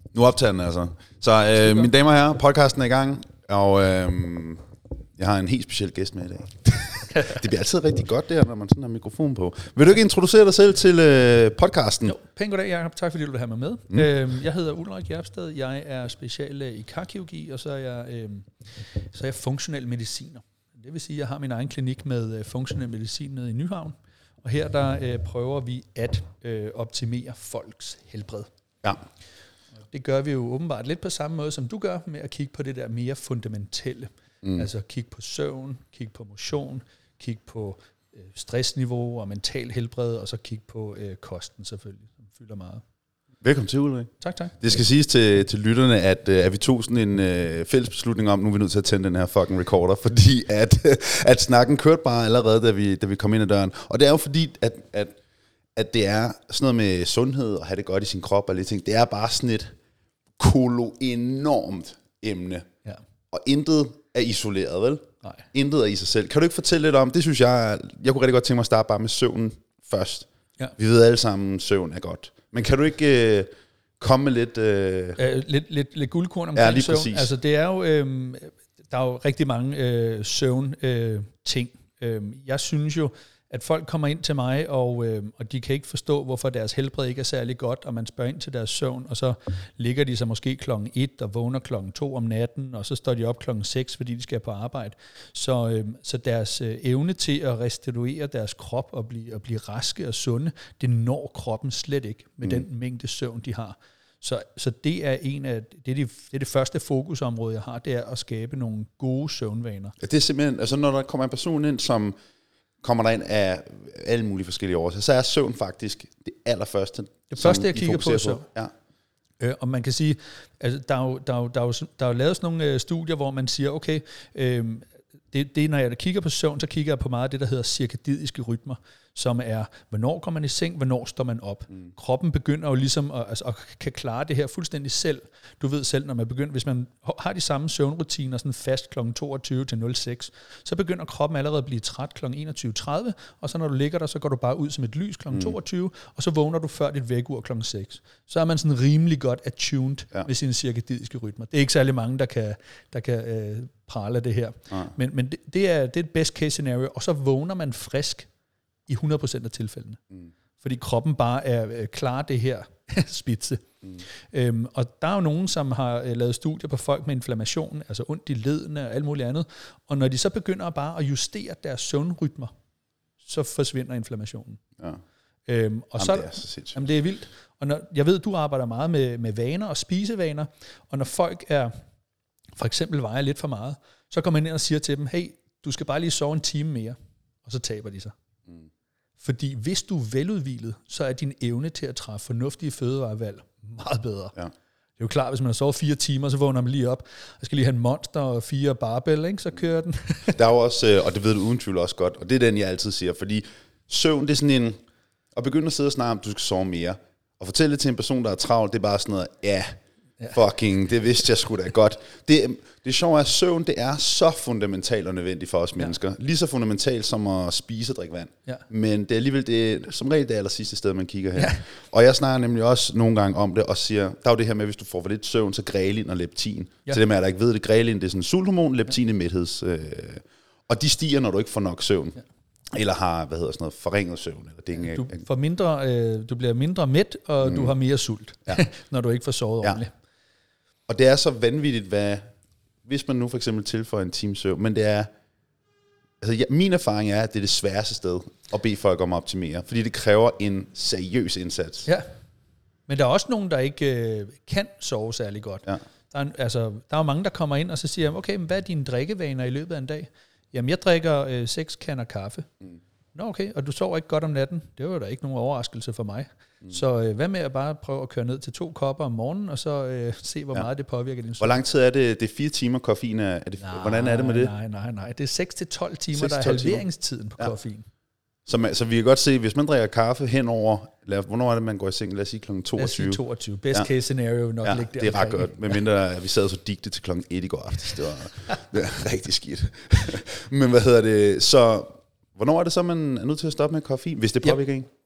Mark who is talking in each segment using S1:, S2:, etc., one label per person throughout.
S1: Nu optager den altså. Så mine damer og herrer, podcasten er i gang, og jeg har en helt speciel gæst med i dag. Det bliver altid rigtig godt der, når man sådan har mikrofon på. Vil du ikke introducere dig selv til podcasten?
S2: Jo, pænt goddag, Jacob. Tak fordi du vil have mig med. Jeg hedder Ulrik Jerpsted. Jeg er speciallæge i karkirurgi, og så er jeg funktionel mediciner. Det vil sige, at jeg har min egen klinik med funktionel medicin nede i Nyhavn. Og her der prøver vi at optimere folks helbred.
S1: Ja.
S2: Det gør vi jo åbenbart lidt på samme måde, som du gør, med at kigge på det der mere fundamentelle. Altså kigge på søvn, kigge på motion, kigge på stressniveau og mental helbred, og så kigge på kosten selvfølgelig, som fylder meget.
S1: Velkommen til, Ulrik.
S2: Tak.
S1: Det skal siges til lytterne, at vi tog sådan en fælles beslutning om, nu er vi nødt til at tænde den her fucking recorder, fordi at snakken kørte bare allerede, da vi kom ind ad døren. Og det er jo fordi, at det er sådan noget med sundhed og have det godt i sin krop og lidt ting. Det er bare sådan et enormt emne.
S2: Ja.
S1: Og intet er isoleret, vel?
S2: Nej.
S1: Intet er i sig selv. Kan du ikke fortælle lidt om, det synes jeg kunne rigtig godt tænke mig at starte bare med søvnen først. Ja. Vi ved alle sammen, at søvn er godt. Men kan du ikke komme med
S2: lidt guldkorn omkring søvn?
S1: Præcis.
S2: Altså det er jo, der er jo rigtig mange søvn ting. Jeg synes jo, at folk kommer ind til mig, og de kan ikke forstå, hvorfor deres helbred ikke er særlig godt, og man spørger ind til deres søvn, og så ligger de så måske klokken 1 og vågner klokken 2 om natten, og så står de op klokken 6, fordi de skal på arbejde. Så deres evne til at restituere deres krop og blive raske og sunde, det når kroppen slet ikke med den mængde søvn, de har. Så det er det er det første fokusområde, jeg har, det er at skabe nogle gode søvnvaner.
S1: Det er simpelthen, altså når der kommer en person ind, som kommer der ind af alle mulige forskellige årsager, så er søvn faktisk det allerførste.
S2: Det første, jeg kigger på, søvn. Ja. Og man kan sige, altså, der er jo lavet sådan nogle studier, hvor man siger, okay, det når jeg kigger på søvn, så kigger jeg på meget af det, der hedder cirkadiske rytmer, som er, hvornår kommer man i seng, hvornår står man op. Kroppen begynder jo ligesom at kan klare det her fuldstændig selv. Du ved selv, når man begynder, hvis man har de samme søvnrutiner sådan fast kl. 22 til 06, så begynder kroppen allerede at blive træt kl. 21.30, og så når du ligger der, så går du bare ud som et lys kl. 22, og så vågner du før dit vækkeur kl. 6. Så er man sådan rimelig godt attuned med sine cirkadiske rytmer. Det er ikke særlig mange, der kan prale af det her. Men det er et best case scenario, og så vågner man frisk i 100% af tilfældene. Fordi kroppen bare er klar det her spidse. Og der er jo nogen, som har lavet studier på folk med inflammation, altså ondt i ledene og alt muligt andet. Og når de så begynder bare at justere deres søvnrytmer, så forsvinder inflammationen. Ja. Og så,
S1: det er så sindssygt.
S2: Jamen, det er vildt. Og jeg ved, du arbejder meget med vaner og spisevaner, og når folk for eksempel vejer lidt for meget, så kommer man ind og siger til dem, hey, du skal bare lige sove en time mere, og så taber de sig. Fordi hvis du er veludhvilet, så er din evne til at træffe fornuftige fødevarevalg meget bedre. Ja. Det er jo klart, hvis man har sovet 4 timer, så vågner man lige op. Jeg skal lige have en Monster og 4 barbell, ikke? Så kører den.
S1: Der er jo også, og det ved du uden tvivl også godt, og det er den, jeg altid siger, fordi søvn, det er sådan en, at begynde at sidde og snakke om, du skal sove mere, og fortælle det til en person, der er travlt, det er bare sådan noget, fucking, det vidste jeg sgu da godt. Det sjove er, at søvn, det er så fundamentalt og nødvendigt for os mennesker. Lige så fundamentalt som at spise og drikke vand. Ja. Men det er alligevel som regel det aller sidste sted, man kigger hen. Ja. Og jeg snakker nemlig også nogle gange om det, og siger, der er jo det her med, hvis du får for lidt søvn, så grelin og leptin. Ja. Til dem af der ikke ved det, grelin, det er sådan en sulthormon, leptin er mætheds. Og de stiger, når du ikke får nok søvn. Ja. Eller har, forringet søvn. Eller
S2: du bliver mindre mæt, og du har mere sult, når du ikke får sovet ordentligt.
S1: Og det er så vanvittigt, hvis man nu for eksempel tilføjer en times søvn, men det er, min erfaring er, at det er det sværeste sted at bede folk om at optimere, fordi det kræver en seriøs indsats.
S2: Ja, men der er også nogen, der ikke kan sove særlig godt. Ja. Der er jo mange, der kommer ind, og så siger, okay, men hvad er dine drikkevaner i løbet af en dag? Jamen, jeg drikker 6 kander kaffe. Nå, okay, og du sover ikke godt om natten. Det var jo da ikke nogen overraskelse for mig. Så hvad med at bare prøve at køre ned til 2 kopper om morgenen, og så se, hvor meget det påvirker din søvn.
S1: Hvor lang tid er det? Det er 4 timer koffein? Hvordan er det med det?
S2: Nej. Det er 6-12 timer, der er halveringstiden på koffein.
S1: Så vi kan godt se, hvis man drikker kaffe henover, hvornår er det, man går i seng? Lad os sige kl. 22. Lad os sige
S2: 22. Best case scenario nok ligge der.
S1: Det er ret godt, medmindre at vi sad så digte til kl. 1 i går aftes. Det var rigtig skidt. Men så hvornår er det så, man er nødt til at stoppe med koffein, hvis det påvirker en?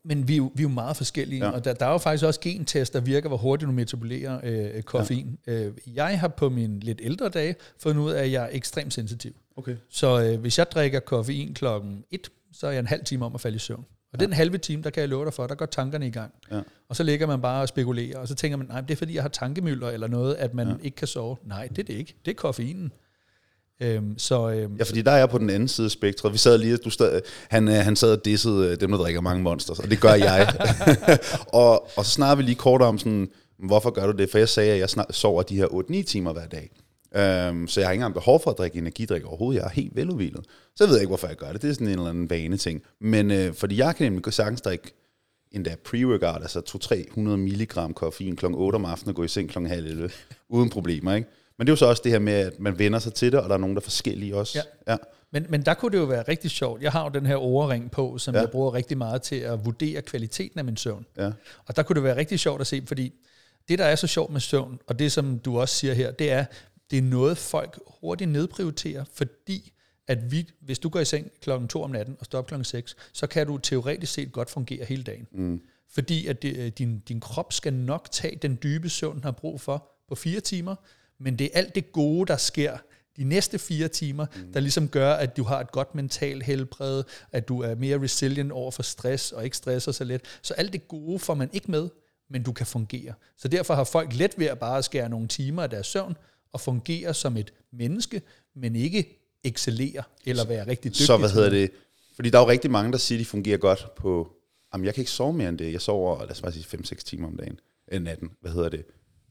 S2: Men vi er jo meget forskellige, og der er jo faktisk også gentest, der virker, hvor hurtigt du metabolerer koffein. Jeg har på mine lidt ældre dage fundet ud af, at jeg er ekstremt sensitiv.
S1: Okay.
S2: Så hvis jeg drikker koffein klokken 1, så er jeg en halv time om at falde i søvn. Og den halve time, der kan jeg love dig for, der går tankerne i gang. Ja. Og så ligger man bare og spekulerer, og så tænker man, nej, det er fordi, jeg har tankemylder eller noget, at man ikke kan sove. Nej, det er det ikke. Det er koffeinen.
S1: Ja, fordi der er jeg på den anden side af spektret. Vi sad lige, han sad og dissede dem, der drikker mange Monsters, og det gør jeg. og så snakker vi lige kort om sådan, hvorfor gør du det? For jeg sagde, at jeg sover de her 8-9 timer hver dag. Så jeg har ikke engang behov for at drikke energidrik overhovedet. Jeg er helt veludhvilet. Så jeg ved ikke, hvorfor jeg gør det. Det er sådan en eller anden vane ting. Men fordi jeg kan nemlig sagtens drikke en der pre-workout, altså 200-300 milligram koffein kl. 8 om aftenen og gå i seng kl. 10:30, uden problemer, ikke? Men det er jo så også det her med, at man vender sig til det, og der er nogen, der er forskellige også.
S2: Ja. Men der kunne det jo være rigtig sjovt. Jeg har jo den her Oura-ring på, som jeg bruger rigtig meget til at vurdere kvaliteten af min søvn. Ja. Og der kunne det være rigtig sjovt at se, fordi det, der er så sjovt med søvn, og det, som du også siger her, det er noget, folk hurtigt nedprioriterer, fordi at hvis du går i seng klokken 2 om natten og står op klokken 6, så kan du teoretisk set godt fungere hele dagen. Mm. Fordi at din krop skal nok tage den dybe søvn, den har brug for på 4 timer, men det er alt det gode, der sker de næste 4 timer, der ligesom gør, at du har et godt mentalt helbred, at du er mere resilient over for stress, og ikke stresser så let. Så alt det gode får man ikke med, men du kan fungere. Så derfor har folk let ved at bare skære nogle timer af deres søvn, og fungere som et menneske, men ikke excellere, eller være rigtig dygtig.
S1: Så hvad hedder det? Fordi der er jo rigtig mange, der siger, de fungerer godt på, jamen jeg kan ikke sove mere end det. Jeg sover, lad os bare sige 5-6 timer om dagen, natten. Hvad hedder det?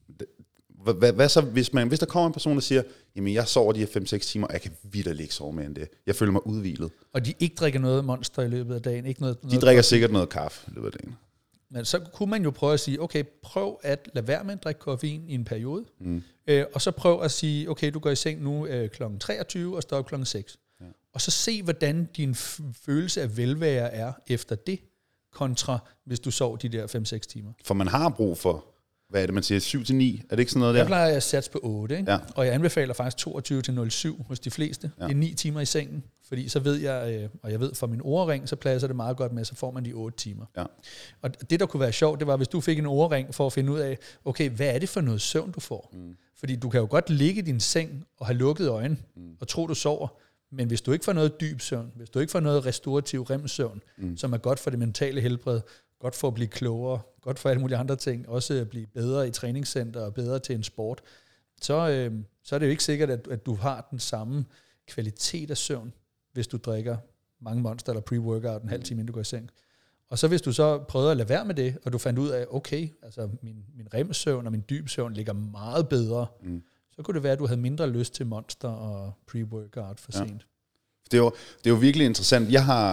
S1: Hvad så, hvis der kommer en person, der siger, jamen jeg sover de her 5-6 timer, og jeg kan vitterligt ikke sove mere end det. Jeg føler mig udhvilet.
S2: Og de ikke drikker noget Monster i løbet af dagen? Ikke noget
S1: de drikker sikkert noget kaffe i løbet af dagen.
S2: Men så kunne man jo prøve at sige, okay, prøv at lade være med at drikke koffein i en periode, og så prøv at sige, okay, du går i seng nu kl. 23 og står op kl. 6. Ja. Og så se, hvordan din følelse af velvære er efter det, kontra hvis du sover de der 5-6 timer.
S1: For man har brug for, hvad er det, man siger, 7-9? Er det ikke sådan noget der?
S2: Jeg plejer at satse på 8, ikke? Ja. Og jeg anbefaler faktisk 22-07 hos de fleste. Ja. Det er 9 timer i sengen, fordi så ved jeg, og jeg ved fra min Oura-ring, så passer det meget godt med, så får man de 8 timer. Ja. Og det, der kunne være sjovt, det var, hvis du fik en Oura-ring for at finde ud af, okay, hvad er det for noget søvn, du får? Mm. Fordi du kan jo godt ligge i din seng og have lukket øjne og tro, du sover, men hvis du ikke får noget dyb søvn, hvis du ikke får noget restaurativ REM-søvn, som er godt for det mentale helbred, godt for at blive klogere, godt for alle mulige andre ting, også at blive bedre i træningscenter og bedre til en sport, så er det jo ikke sikkert, at du har den samme kvalitet af søvn, hvis du drikker mange Monster eller pre-workout en halv time, inden du går i seng. Og så hvis du så prøvede at lade være med det, og du fandt ud af, okay, altså min REM-søvn og min dyb søvn ligger meget bedre, så kunne det være, at du havde mindre lyst til Monster og pre-workout for sent.
S1: Det er jo virkelig interessant.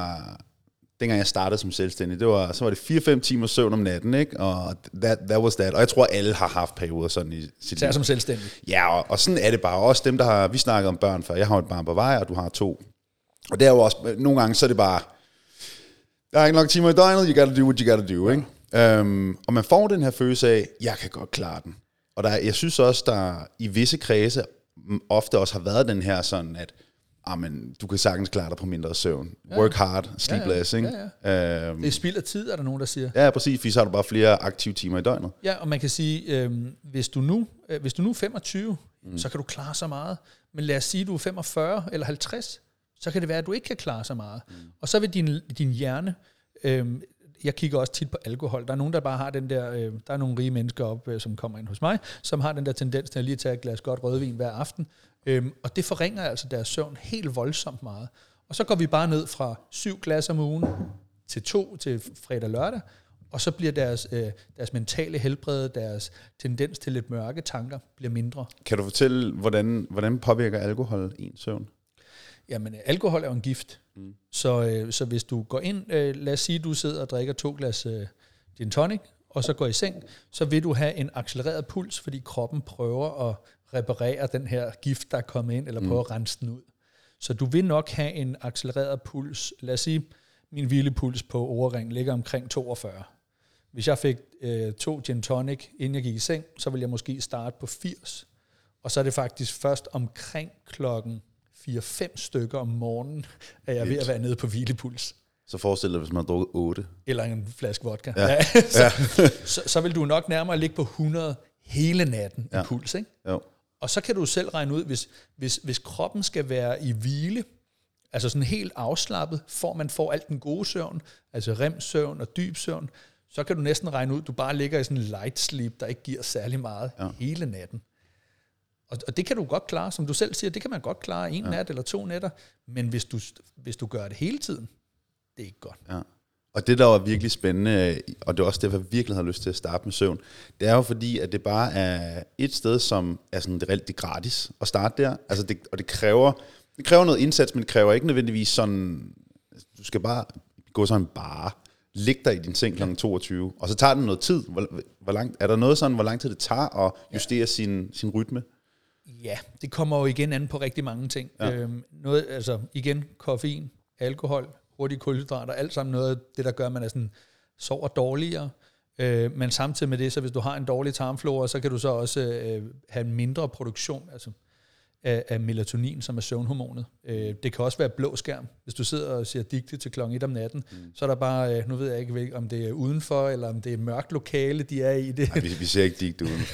S1: Dengang jeg startede som selvstændig, så var det 4-5 timer søvn om natten, ikke? Og that was that. Og jeg tror, alle har haft perioder sådan i sit liv.
S2: Som selvstændig.
S1: Ja, og sådan er det bare. Også dem, der har, vi snakket om børn før. Jeg har et barn på vej, og du har 2. Og det er jo også, nogle gange så er det bare, jeg har ikke nok timer i døgnet, you gotta do what you gotta do, ikke? Og man får den her følelse af, jeg kan godt klare den. Og jeg synes også, der i visse kredse ofte også har været den her sådan, at men du kan sagtens klare dig på mindre søvn. Work hard, sleep less, ikke?
S2: Ja. Det er spild af tid, er der nogen, der siger.
S1: Ja, præcis, fordi så har du bare flere aktive timer i døgnet.
S2: Ja, og man kan sige, hvis du nu er 25, så kan du klare så meget. Men lad os sige, du er 45 eller 50, så kan det være, at du ikke kan klare så meget. Og så vil din hjerne, jeg kigger også tit på alkohol. Der er nogen, der bare har den der, der er nogle rige mennesker op, som kommer ind hos mig, som har den der tendens til at lige tage et glas godt rødvin hver aften. Og det forringer altså deres søvn helt voldsomt meget. Og så går vi bare ned fra 7 glas om ugen til 2 til fredag og lørdag, og så bliver deres mentale helbred, deres tendens til lidt mørke tanker, bliver mindre.
S1: Kan du fortælle, hvordan påvirker alkohol ens søvn?
S2: Jamen, alkohol er jo en gift. Så hvis du går ind, lad os sige, du sidder og drikker 2 glas gin tonic, og så går i seng, så vil du have en accelereret puls, fordi kroppen prøver at reparere den her gift, der er kommet ind, eller prøver at rense den ud. Så du vil nok have en accelereret puls. Lad os sige, min hvilepuls på Oura-ringen ligger omkring 42. Hvis jeg fik 2 gin tonic, inden jeg gik i seng, så vil jeg måske starte på 80. Og så er det faktisk først omkring klokken 4-5 stykker om morgenen, at jeg er ved at være nede på hvilepuls.
S1: Så forestil dig, hvis man har drukket 8.
S2: Eller en flaske vodka.
S1: Ja.
S2: Ja. Så vil du nok nærmere ligge på 100 hele natten i puls, ikke?
S1: Jo.
S2: Og så kan du selv regne ud, hvis kroppen skal være i hvile, altså sådan helt afslappet, man får alt den gode søvn, altså REM-søvn og dyb søvn, så kan du næsten regne ud, du bare ligger i sådan en light sleep, der ikke giver særlig meget hele natten. Og det kan du godt klare, som du selv siger, det kan man godt klare en nat eller 2 nætter, men hvis du gør det hele tiden, det er ikke godt.
S1: Ja. Og det, der var virkelig spændende, og det er også derfor, jeg virkelig har lyst til at starte med søvn, det er jo fordi, at det bare er et sted, som er sådan, det er gratis at starte der. Altså det kræver noget indsats, men det kræver ikke nødvendigvis sådan, du skal bare gå sådan bare, ligge dig i din seng kl. 22, og så tager det noget tid. Hvor langt, er der noget sådan, hvor lang tid det tager at justere sin rytme?
S2: Ja, det kommer jo igen an på rigtig mange ting. Ja. Noget, altså igen, koffein, alkohol, hurtige kulhydrater, alt sammen noget af det, der gør, at man er sådan, sover dårligere. Men samtidig med det, så hvis du har en dårlig tarmflora, så kan du så også have en mindre produktion altså af melatonin, som er søvnhormonet. Det kan også være blå skærm. Hvis du sidder og ser digte til klokken 1 om natten, så er der bare, nu ved jeg ikke, om det er udenfor, eller om det er mørkt lokale, de er i det.
S1: Nej, vi ser ikke digte udenfor.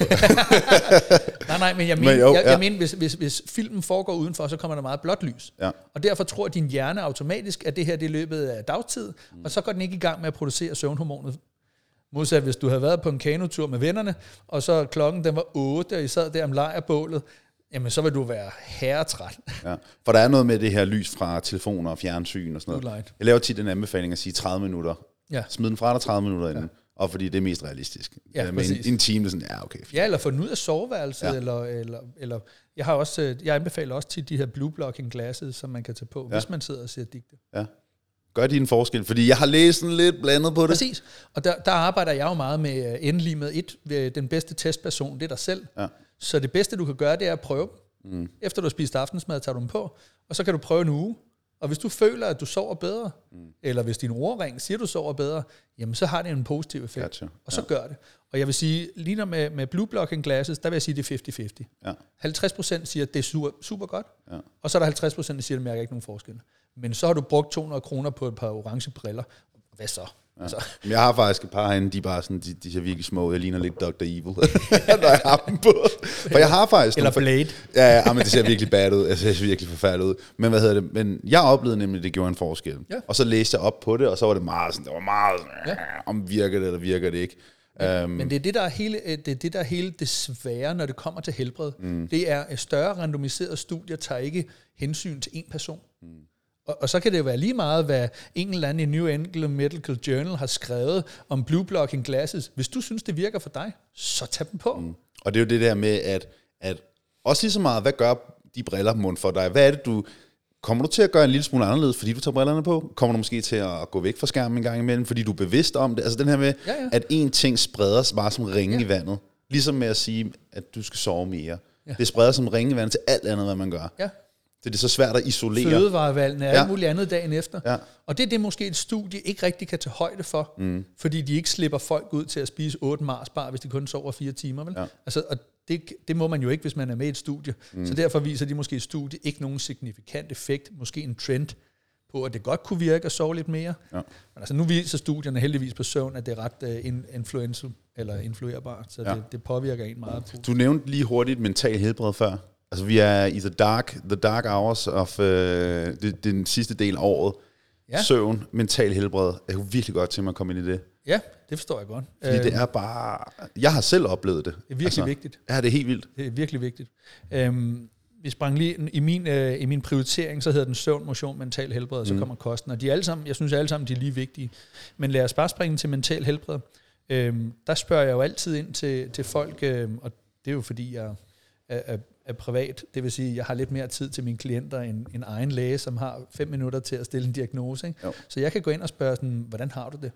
S2: nej, men jeg mener, hvis filmen foregår udenfor, så kommer der meget blåt lys. Ja. Og derfor tror din hjerne automatisk, at det her det er løbet af dagtid, og så går den ikke i gang med at producere søvnhormonet. Modsat hvis du havde været på en kanotur med vennerne, og så klokken den var 8, og I sad der om lejrbålet, jamen så vil du være herretræt.
S1: Ja, for der er noget med det her lys fra telefoner og fjernsyn og sådan noget. Jeg laver tit en anbefaling at sige 30 minutter. Ja. Smid den fra dig 30 minutter inden. Og fordi det er mest realistisk.
S2: Ja,
S1: men en time, det er sådan, ja, okay.
S2: Ja, eller få den ud af soveværelset, eller jeg anbefaler også til de her blue blocking glasses, som man kan tage på, hvis man sidder og ser digte. Ja.
S1: Gør det en forskel? Fordi jeg har læst sådan lidt blandet på det.
S2: Præcis. Og der arbejder jeg jo meget med endelig med den bedste testperson, det er dig selv. Ja. Så det bedste, du kan gøre, det er at prøve. Efter du har spist aftensmad, tager du dem på, og så kan du prøve en uge. Og hvis du føler, at du sover bedre, eller hvis din ordring siger, at du sover bedre, jamen så har det en positiv effekt. Gotcha. Og så gør det. Og jeg vil sige, lige når med blue blocking glasses, der vil jeg sige, det er 50-50. Ja. 50% siger, at det er super godt, og så er der 50%, der siger, at det mærker ikke nogen forskel. Men så har du brugt 200 kroner på et par orange briller. Hvad så? Ja. Altså.
S1: Jeg har faktisk et par herinde, de er bare sådan, de ser virkelig små. Jeg ligner lidt Dr. Evil, når jeg har dem på. For jeg har faktisk...
S2: Eller Blade.
S1: Ja, men det ser virkelig bad ud. Det ser virkelig forfærdeligt ud. Men hvad hedder det? Men jeg oplevede nemlig, at det gjorde en forskel. Ja. Og så læste jeg op på det, og så var det meget sådan, om virker det, eller virker det ikke.
S2: Men det er det, der er hele det svære, når det kommer til helbred. Det er et større randomiseret studier, tager ikke hensyn til én person. Og så kan det jo være lige meget, hvad en eller anden i New England Medical Journal har skrevet om blue blocking glasses. Hvis du synes, det virker for dig, så tag dem på.
S1: Og det er jo det der med, at også lige så meget, hvad gør de briller mund for dig? Hvad er det, kommer du til at gøre en lille smule anderledes, fordi du tager brillerne på? Kommer du måske til at gå væk fra skærmen en gang imellem, fordi du er bevidst om det? Altså den her med, at én ting spreder sig bare som ringe i vandet. Ligesom med at sige, at du skal sove mere. Ja. Det spreder som ringe i vandet til alt andet, hvad man gør. Ja. Det er så svært at isolere.
S2: Fødevarevalgene er alt muligt andet dagen efter. Ja. Og det er måske et studie ikke rigtig kan tage højde for, fordi de ikke slipper folk ud til at spise 8 Mars-bar, hvis de kun sover 4 timer. Vel? Ja. Altså, og det må man jo ikke, hvis man er med i et studie. Så derfor viser de måske et studie ikke nogen signifikant effekt, måske en trend på, at det godt kunne virke at sove lidt mere. Ja. Men altså, nu viser studierne heldigvis på søvn, at det er ret influerbart, så det påvirker en meget.
S1: Du nævnte lige hurtigt mental helbred før. Altså vi er i the dark hours of den sidste del af året. Ja. Søvn, mental helbred. Jeg kunne virkelig godt til mig at komme ind i det.
S2: Ja, det forstår jeg godt.
S1: Fordi det er bare... Jeg har selv oplevet det.
S2: Det er virkelig vigtigt.
S1: Ja, det er helt vildt.
S2: Det er virkelig vigtigt. Vi sprang lige i min prioritering, så hedder den søvn, motion, mental helbred, og så kommer kosten. Og de alle sammen, jeg synes alle sammen, de er lige vigtige. Men lad os bare springe til mental helbred. Der spørger jeg jo altid ind til folk, og det er jo fordi, jeg er privat. Det vil sige, at jeg har lidt mere tid til mine klienter end en egen læge, som har 5 minutter til at stille en diagnose. Ikke? Så jeg kan gå ind og spørge sådan, hvordan har du det?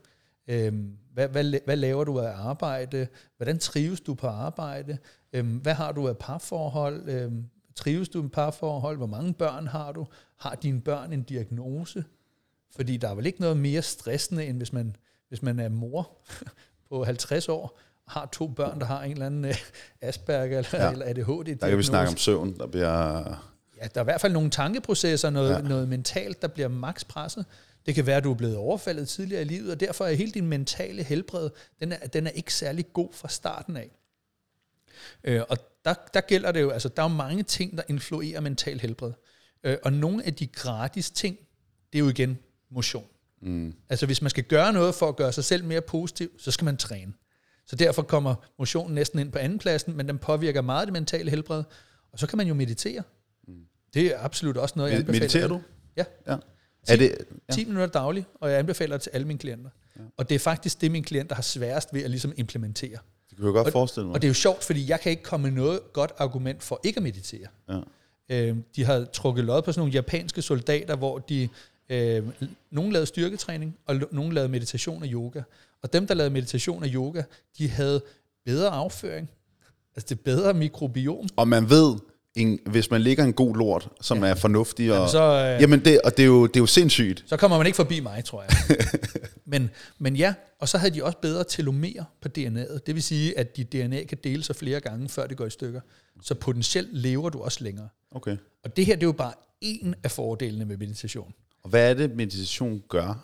S2: Hvad laver du af arbejde? Hvordan trives du på arbejde? Hvad har du af parforhold? Trives du i parforhold? Hvor mange børn har du? Har dine børn en diagnose? Fordi der er vel ikke noget mere stressende, end hvis man er mor på 50 år, har 2 børn, der har en eller anden Asperger eller ADHD.
S1: Der kan vi snakke om søvn, der bliver...
S2: Ja, der er i hvert fald nogle tankeprocesser, noget mentalt, der bliver maks presset. Det kan være, at du er blevet overfaldet tidligere i livet, og derfor er hele din mentale helbred, den er ikke særlig god fra starten af. Og der gælder det jo, altså der er jo mange ting, der influerer mental helbred. Og nogle af de gratis ting, det er jo igen motion. Altså hvis man skal gøre noget for at gøre sig selv mere positiv, så skal man træne. Så derfor kommer motionen næsten ind på andenpladsen, men den påvirker meget det mentale helbred. Og så kan man jo meditere. Det er absolut også noget, jeg anbefaler.
S1: Mediterer du?
S2: Ja. 10 minutter dagligt, og jeg anbefaler det til alle mine klienter. Ja. Og det er faktisk det, mine klienter har sværest ved at ligesom implementere.
S1: Det kan jeg godt forestille mig.
S2: Og det er jo sjovt, fordi jeg kan ikke komme med noget godt argument for ikke at meditere. Ja. De har trukket lod på sådan nogle japanske soldater, hvor de nogle lavede styrketræning, og nogle lavede meditation og yoga. Og dem, der lavede meditation og yoga, de havde bedre afføring. Altså det bedre mikrobiom.
S1: Og man ved, hvis man ligger en god lort, som er fornuftig, og,
S2: jamen
S1: det er jo sindssygt.
S2: Så kommer man ikke forbi mig, tror jeg. men ja, og så havde de også bedre telomerer på DNA'et. Det vil sige, at dit DNA kan dele sig flere gange, før det går i stykker. Så potentielt lever du også længere.
S1: Okay.
S2: Og det her, det er jo bare en af fordelene med meditation.
S1: Og hvad er det, meditation gør?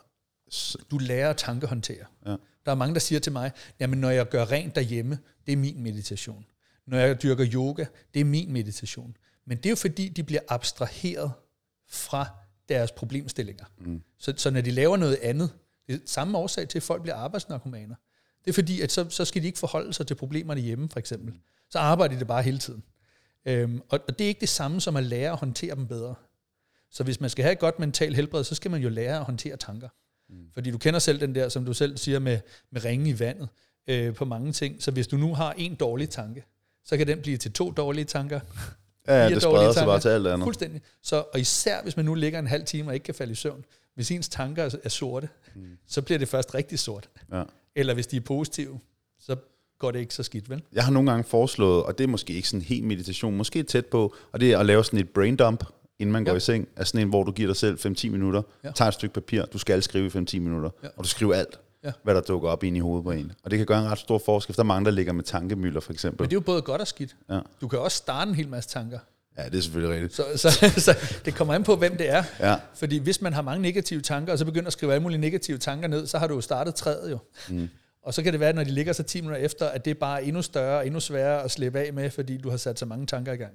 S2: Du lærer at tankehåndtere.
S1: Ja.
S2: Der er mange, der siger til mig, jamen når jeg gør rent derhjemme, det er min meditation. Når jeg dyrker yoga, det er min meditation. Men det er jo fordi, de bliver abstraheret fra deres problemstillinger. Så når de laver noget andet, det er samme årsag til, at folk bliver arbejdsnarkomaner. Det er fordi, at så skal de ikke forholde sig til problemerne hjemme, for eksempel. Så arbejder de det bare hele tiden. Og det er ikke det samme som at lære at håndtere dem bedre. Så hvis man skal have et godt mentalt helbred, så skal man jo lære at håndtere tanker. Fordi du kender selv den der, som du selv siger, med ringe i vandet på mange ting. Så hvis du nu har en dårlig tanke, så kan den blive til 2 dårlige tanker.
S1: Ja, det spreder sig bare til alt andet.
S2: Fuldstændig. Så, og især hvis man nu ligger en halv time og ikke kan falde i søvn, hvis ens tanker er sorte, så bliver det først rigtig sort. Ja. Eller hvis de er positive, så går det ikke så skidt, vel?
S1: Jeg har nogle gange foreslået, og det er måske ikke sådan helt meditation, måske tæt på, og det er at lave sådan et brain dump, inden man går i seng. Altså sådan en, hvor du giver dig selv 5-10 minutter, tager et stykke papir, du skal skrive i 5-10 minutter, og du skriver alt. Hvad der dukker op ind i hovedet på en. Og det kan gøre en ret stor forskel. Der er mange, der ligger med tankemøller, for eksempel.
S2: Men det er jo både godt og skidt. Ja. Du kan også starte en hel masse tanker.
S1: Ja, det er selvfølgelig rigtigt.
S2: Så det kommer an på, hvem det er.
S1: Ja.
S2: Fordi hvis man har mange negative tanker, og så begynder at skrive alle mulige negative tanker ned, så har du jo startet træet jo. Og så kan det være, når de ligger så 10 minutter efter, at det er bare endnu større og endnu sværere at slippe af med, fordi du har sat så mange tanker i gang.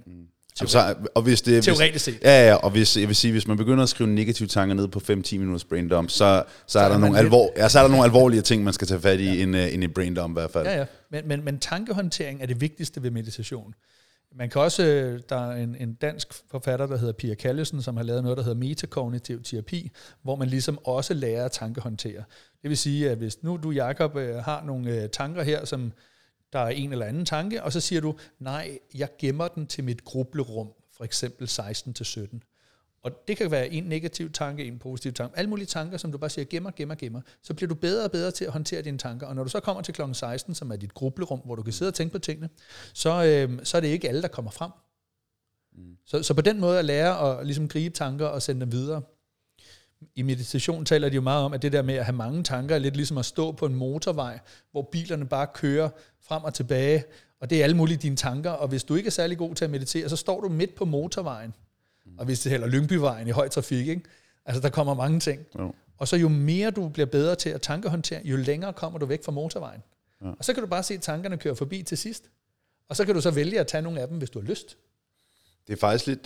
S2: Teoretisk set.
S1: Ja, og jeg vil sige, hvis man begynder at skrive negative tanker ned på 5-10 minutters brain dump, så er der nogle alvorlige ting, man skal tage fat i end i brain dump i hvert fald.
S2: Ja. Men tankehåndtering er det vigtigste ved meditation. Man kan også, der er en dansk forfatter, der hedder Pia Callesen, som har lavet noget, der hedder metakognitiv terapi, hvor man ligesom også lærer at tankehåndtere. Det vil sige, at hvis nu du, Jakob, har nogle tanker her, som der er en eller anden tanke, og så siger du, nej, jeg gemmer den til mit grublerum, for eksempel 16-17. Og det kan være en negativ tanke, en positiv tanke, alle mulige tanker, som du bare siger, gemmer, så bliver du bedre og bedre til at håndtere dine tanker. Og når du så kommer til klokken 16, som er dit grublerum, hvor du kan sidde og tænke på tingene, så er det ikke alle, der kommer frem. Så på den måde at lære at ligesom gribe tanker og sende dem videre. I meditation taler de jo meget om, at det der med at have mange tanker er lidt ligesom at stå på en motorvej, hvor bilerne bare kører frem og tilbage, og det er alle mulige dine tanker, og hvis du ikke er særlig god til at meditere, så står du midt på motorvejen, og hvis det heller Lyngbyvejen i høj trafik, ikke? Altså der kommer mange ting. Jo. Og så jo mere du bliver bedre til at tankehåndtere, jo længere kommer du væk fra motorvejen. Ja. Og så kan du bare se tankerne køre forbi til sidst, og så kan du så vælge at tage nogle af dem, hvis du har lyst.
S1: Det er faktisk lidt,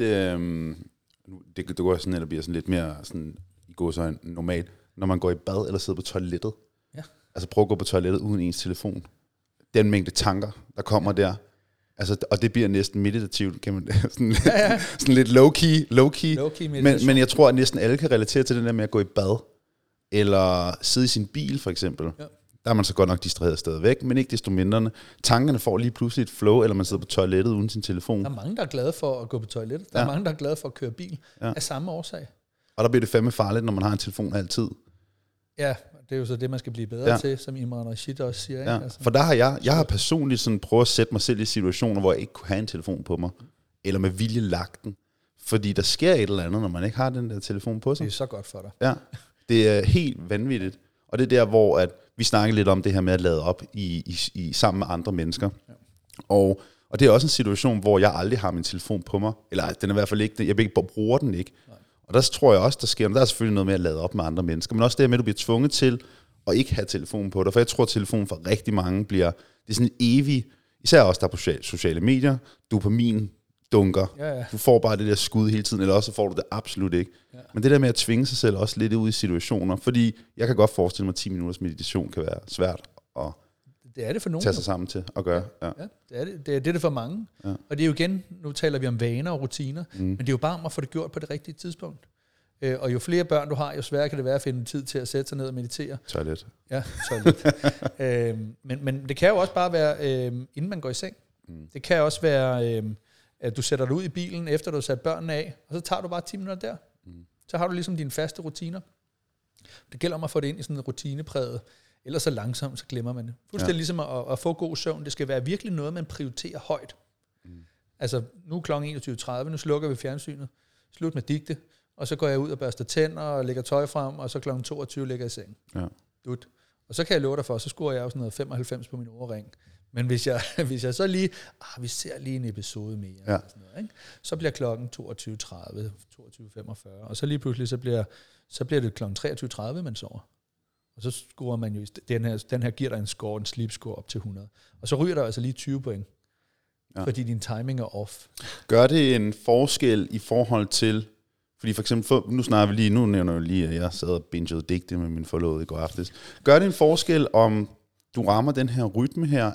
S1: det går sådan, eller bliver sådan lidt mere sådan, gå så normalt, når man går i bad eller sidder på toilettet. Ja. Altså prøv at gå på toilettet uden ens telefon. Den mængde tanker, der kommer der. Altså, og det bliver næsten meditativt, kan man sådan lidt low-key. Men jeg tror, at næsten alle kan relatere til den der med at gå i bad, eller sidde i sin bil, for eksempel. Ja. Der er man så godt nok distraheret stadigvæk, men ikke desto mindre. Tankerne får lige pludselig et flow, eller man sidder på toilettet uden sin telefon.
S2: Der er mange, der er glade for at gå på toilettet. Der er mange, der er glade for at køre bil af samme årsag.
S1: Og der bliver det fandme farligt, når man har en telefon altid.
S2: Ja, det er jo så det, man skal blive bedre til, som Imran Rashid også siger. Ikke?
S1: Ja, altså. For der har jeg har personligt sådan prøvet at sætte mig selv i situationer, hvor jeg ikke kunne have en telefon på mig, eller med vilje lagt den. Fordi der sker et eller andet, når man ikke har den der telefon på sig.
S2: Det er så godt for dig.
S1: Ja, det er helt vanvittigt. Og det er der, hvor at vi snakker lidt om det her med at lade op i sammen med andre mennesker. Ja. Og det er også en situation, hvor jeg aldrig har min telefon på mig. Eller den er i hvert fald ikke, jeg bruger den ikke. Nej. Og der tror jeg også, der er selvfølgelig noget med at lade op med andre mennesker, men også det med, at du bliver tvunget til at ikke have telefonen på dig. For jeg tror, at telefonen for rigtig mange det er sådan en evig, især også der på sociale medier, dopamin dunker. Ja. Du får bare det der skud hele tiden, eller også får du det absolut ikke. Ja. Men det der med at tvinge sig selv også lidt ud i situationer, fordi jeg kan godt forestille mig, at 10 minutters meditation kan være svært at
S2: det er det for nogen.
S1: Tage sig sammen til at gøre.
S2: Ja, det er det. Det er det for mange. Ja. Og det er jo igen, nu taler vi om vaner og rutiner, men det er jo bare om at få det gjort på det rigtige tidspunkt. Og jo flere børn du har, jo sværere kan det være at finde tid til at sætte sig ned og meditere.
S1: Toilet.
S2: Ja, toilet. Men det kan jo også bare være, inden man går i seng. Det kan også være, at du sætter dig ud i bilen, efter du har sat børnene af, og så tager du bare 10 minutter der. Så har du ligesom dine faste rutiner. Det gælder om at få det ind i sådan en rutinepræget. Ellers så langsomt, så glemmer man det. Fuldstændig ligesom at få god søvn. Det skal være virkelig noget, man prioriterer højt. Altså, nu er klokken 21.30, nu slukker vi fjernsynet. Slut med digte. Og så går jeg ud og børster tænder og lægger tøj frem, og så klokken 22 ligger jeg i seng. Ja. Dut. Og så kan jeg love dig for, så scorer jeg jo sådan noget 95 på min ordring. Men hvis jeg så lige, vi ser lige en episode mere, sådan noget, ikke? Så bliver klokken 22.30, 22.45, og så lige pludselig, så bliver det klokken 23.30, man sover. Og så scorer man jo, den her giver dig en score, en sleep score op til 100. Og så ryger der altså lige 20 point, fordi din timing er off.
S1: Gør det en forskel i forhold til, fordi for eksempel, nu nævner jeg lige, at jeg sad og bingede digte med min forlovede i går aftes. Gør det en forskel, om du rammer den her rytme her,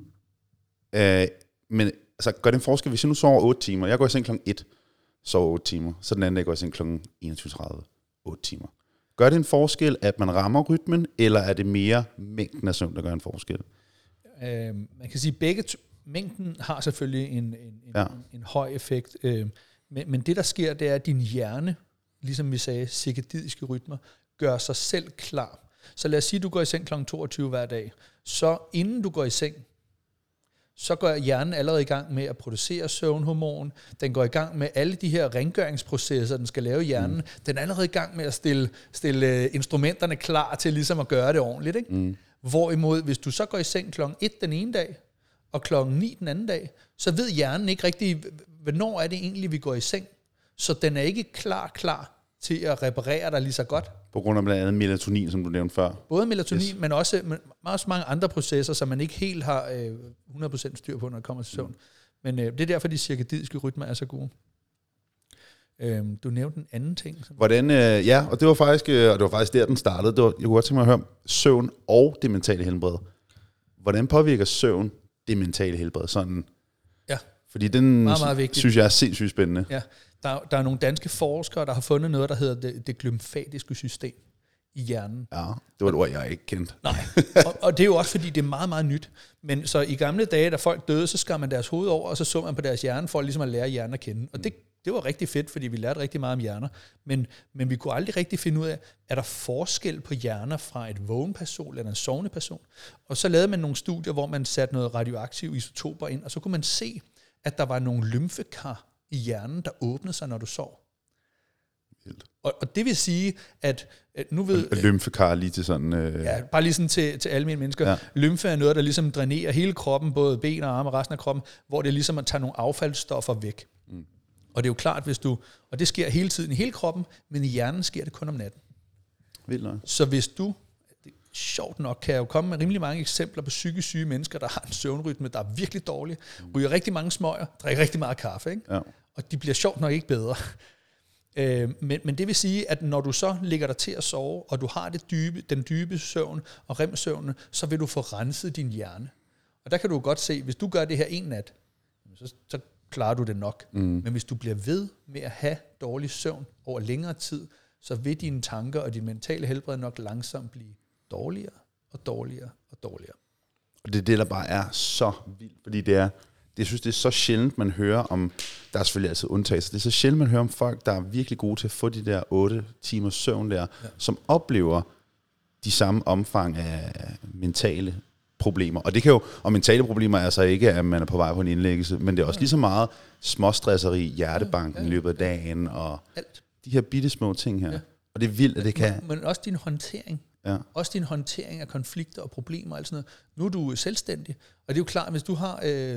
S1: men altså, gør det en forskel, hvis jeg nu sover 8 timer, jeg går i seng klokken 1, sover 8 timer, så den anden dag går i seng klokken 21.30, 8 timer. Gør det en forskel, at man rammer rytmen, eller er det mere mængden af søvn, der gør en forskel?
S2: Man kan sige, at mængden har selvfølgelig en høj effekt, men det, der sker, det er, at din hjerne, ligesom vi sagde, cirkadiske rytmer, gør sig selv klar. Så lad os sige, at du går i seng kl. 22 hver dag. Så inden du går i seng, så går hjernen allerede i gang med at producere søvnhormon. Den går i gang med alle de her rengøringsprocesser, den skal lave i hjernen. Den er allerede i gang med at stille instrumenterne klar til ligesom at gøre det ordentligt. Ikke? Hvorimod, hvis du så går i seng klokken 1 den ene dag, og klokken 9 den anden dag, så ved hjernen ikke rigtig, hvornår er det egentlig, vi går i seng. Så den er ikke klar til at reparere dig lige så godt.
S1: På grund af blandt andet melatonin, som du nævnte før.
S2: Både melatonin, men også mange andre processer, som man ikke helt har 100% styr på, når det kommer til søvn. Men det er derfor, de cirkadiske rytmer er så gode. Du nævnte en anden ting.
S1: Hvordan, og det var faktisk der, den startede. Jeg kunne godt tænke mig at høre om søvn og det mentale helbred. Hvordan påvirker søvn det mentale helbred? Sådan, fordi den meget synes jeg er sindssygt spændende.
S2: Ja. Der er nogle danske forskere, der har fundet noget, der hedder det glymfatiske system i hjernen.
S1: Ja, det var et ord, jeg ikke kendte.
S2: Nej, og det er jo også, fordi det er meget, meget nyt. Men så i gamle dage, da folk døde, så skar man deres hoved over, og så man på deres hjerne, for ligesom at lære hjernen at kende. Og det var rigtig fedt, fordi vi lærte rigtig meget om hjerner. Men vi kunne aldrig rigtig finde ud af, er der forskel på hjerner fra et vågen person eller en sovende person? Og så lavede man nogle studier, hvor man satte noget radioaktive isotoper ind, og så kunne man se, at der var nogle lymfekar i hjernen, der åbnede sig, når du sov. Vildt. Og det vil sige, at nu ved...
S1: Lymfekar lige til sådan...
S2: Ja, bare lige sådan til almindelige mennesker. Ja. Lymfe er noget, der ligesom drænerer hele kroppen, både ben og arme og resten af kroppen, hvor det er ligesom at tage nogle affaldsstoffer væk. Og det er jo klart, hvis du... Og det sker hele tiden i hele kroppen, men i hjernen sker det kun om natten.
S1: Vildt nok.
S2: Så hvis du... Sjovt nok kan jeg jo komme med rimelig mange eksempler på psykisk syge mennesker, der har en søvnrytme, der er virkelig dårlig, ryger rigtig mange smøger, drikker rigtig meget kaffe, ikke? Ja. Og de bliver sjovt nok ikke bedre. Men det vil sige, at når du så ligger dig til at sove, og du har den dybe søvn og REM-søvnen, så vil du få renset din hjerne. Og der kan du godt se, hvis du gør det her en nat, så klarer du det nok. Men hvis du bliver ved med at have dårlig søvn over længere tid, så vil dine tanker og dit mentale helbred nok langsomt blive dårligere og dårligere og dårligere.
S1: Og det er det, der bare er så vildt, fordi jeg synes, det er så sjældent, man hører om, der er selvfølgelig altid undtagelser, det er så sjældent, man hører om folk, der er virkelig gode til at få de der 8 timers søvn der, som oplever de samme omfang af mentale problemer. Og det kan jo, og mentale problemer er altså ikke, at man er på vej på en indlæggelse, men det er også lige så meget småstresseri, hjertebanken i løbet af dagen, og alt. De her bittesmå ting her. Ja. Og det er vildt, at det kan...
S2: Men også din håndtering. Ja. Også din håndtering af konflikter og problemer og alt sådan noget. Nu er du selvstændig, og det er jo klart, hvis du har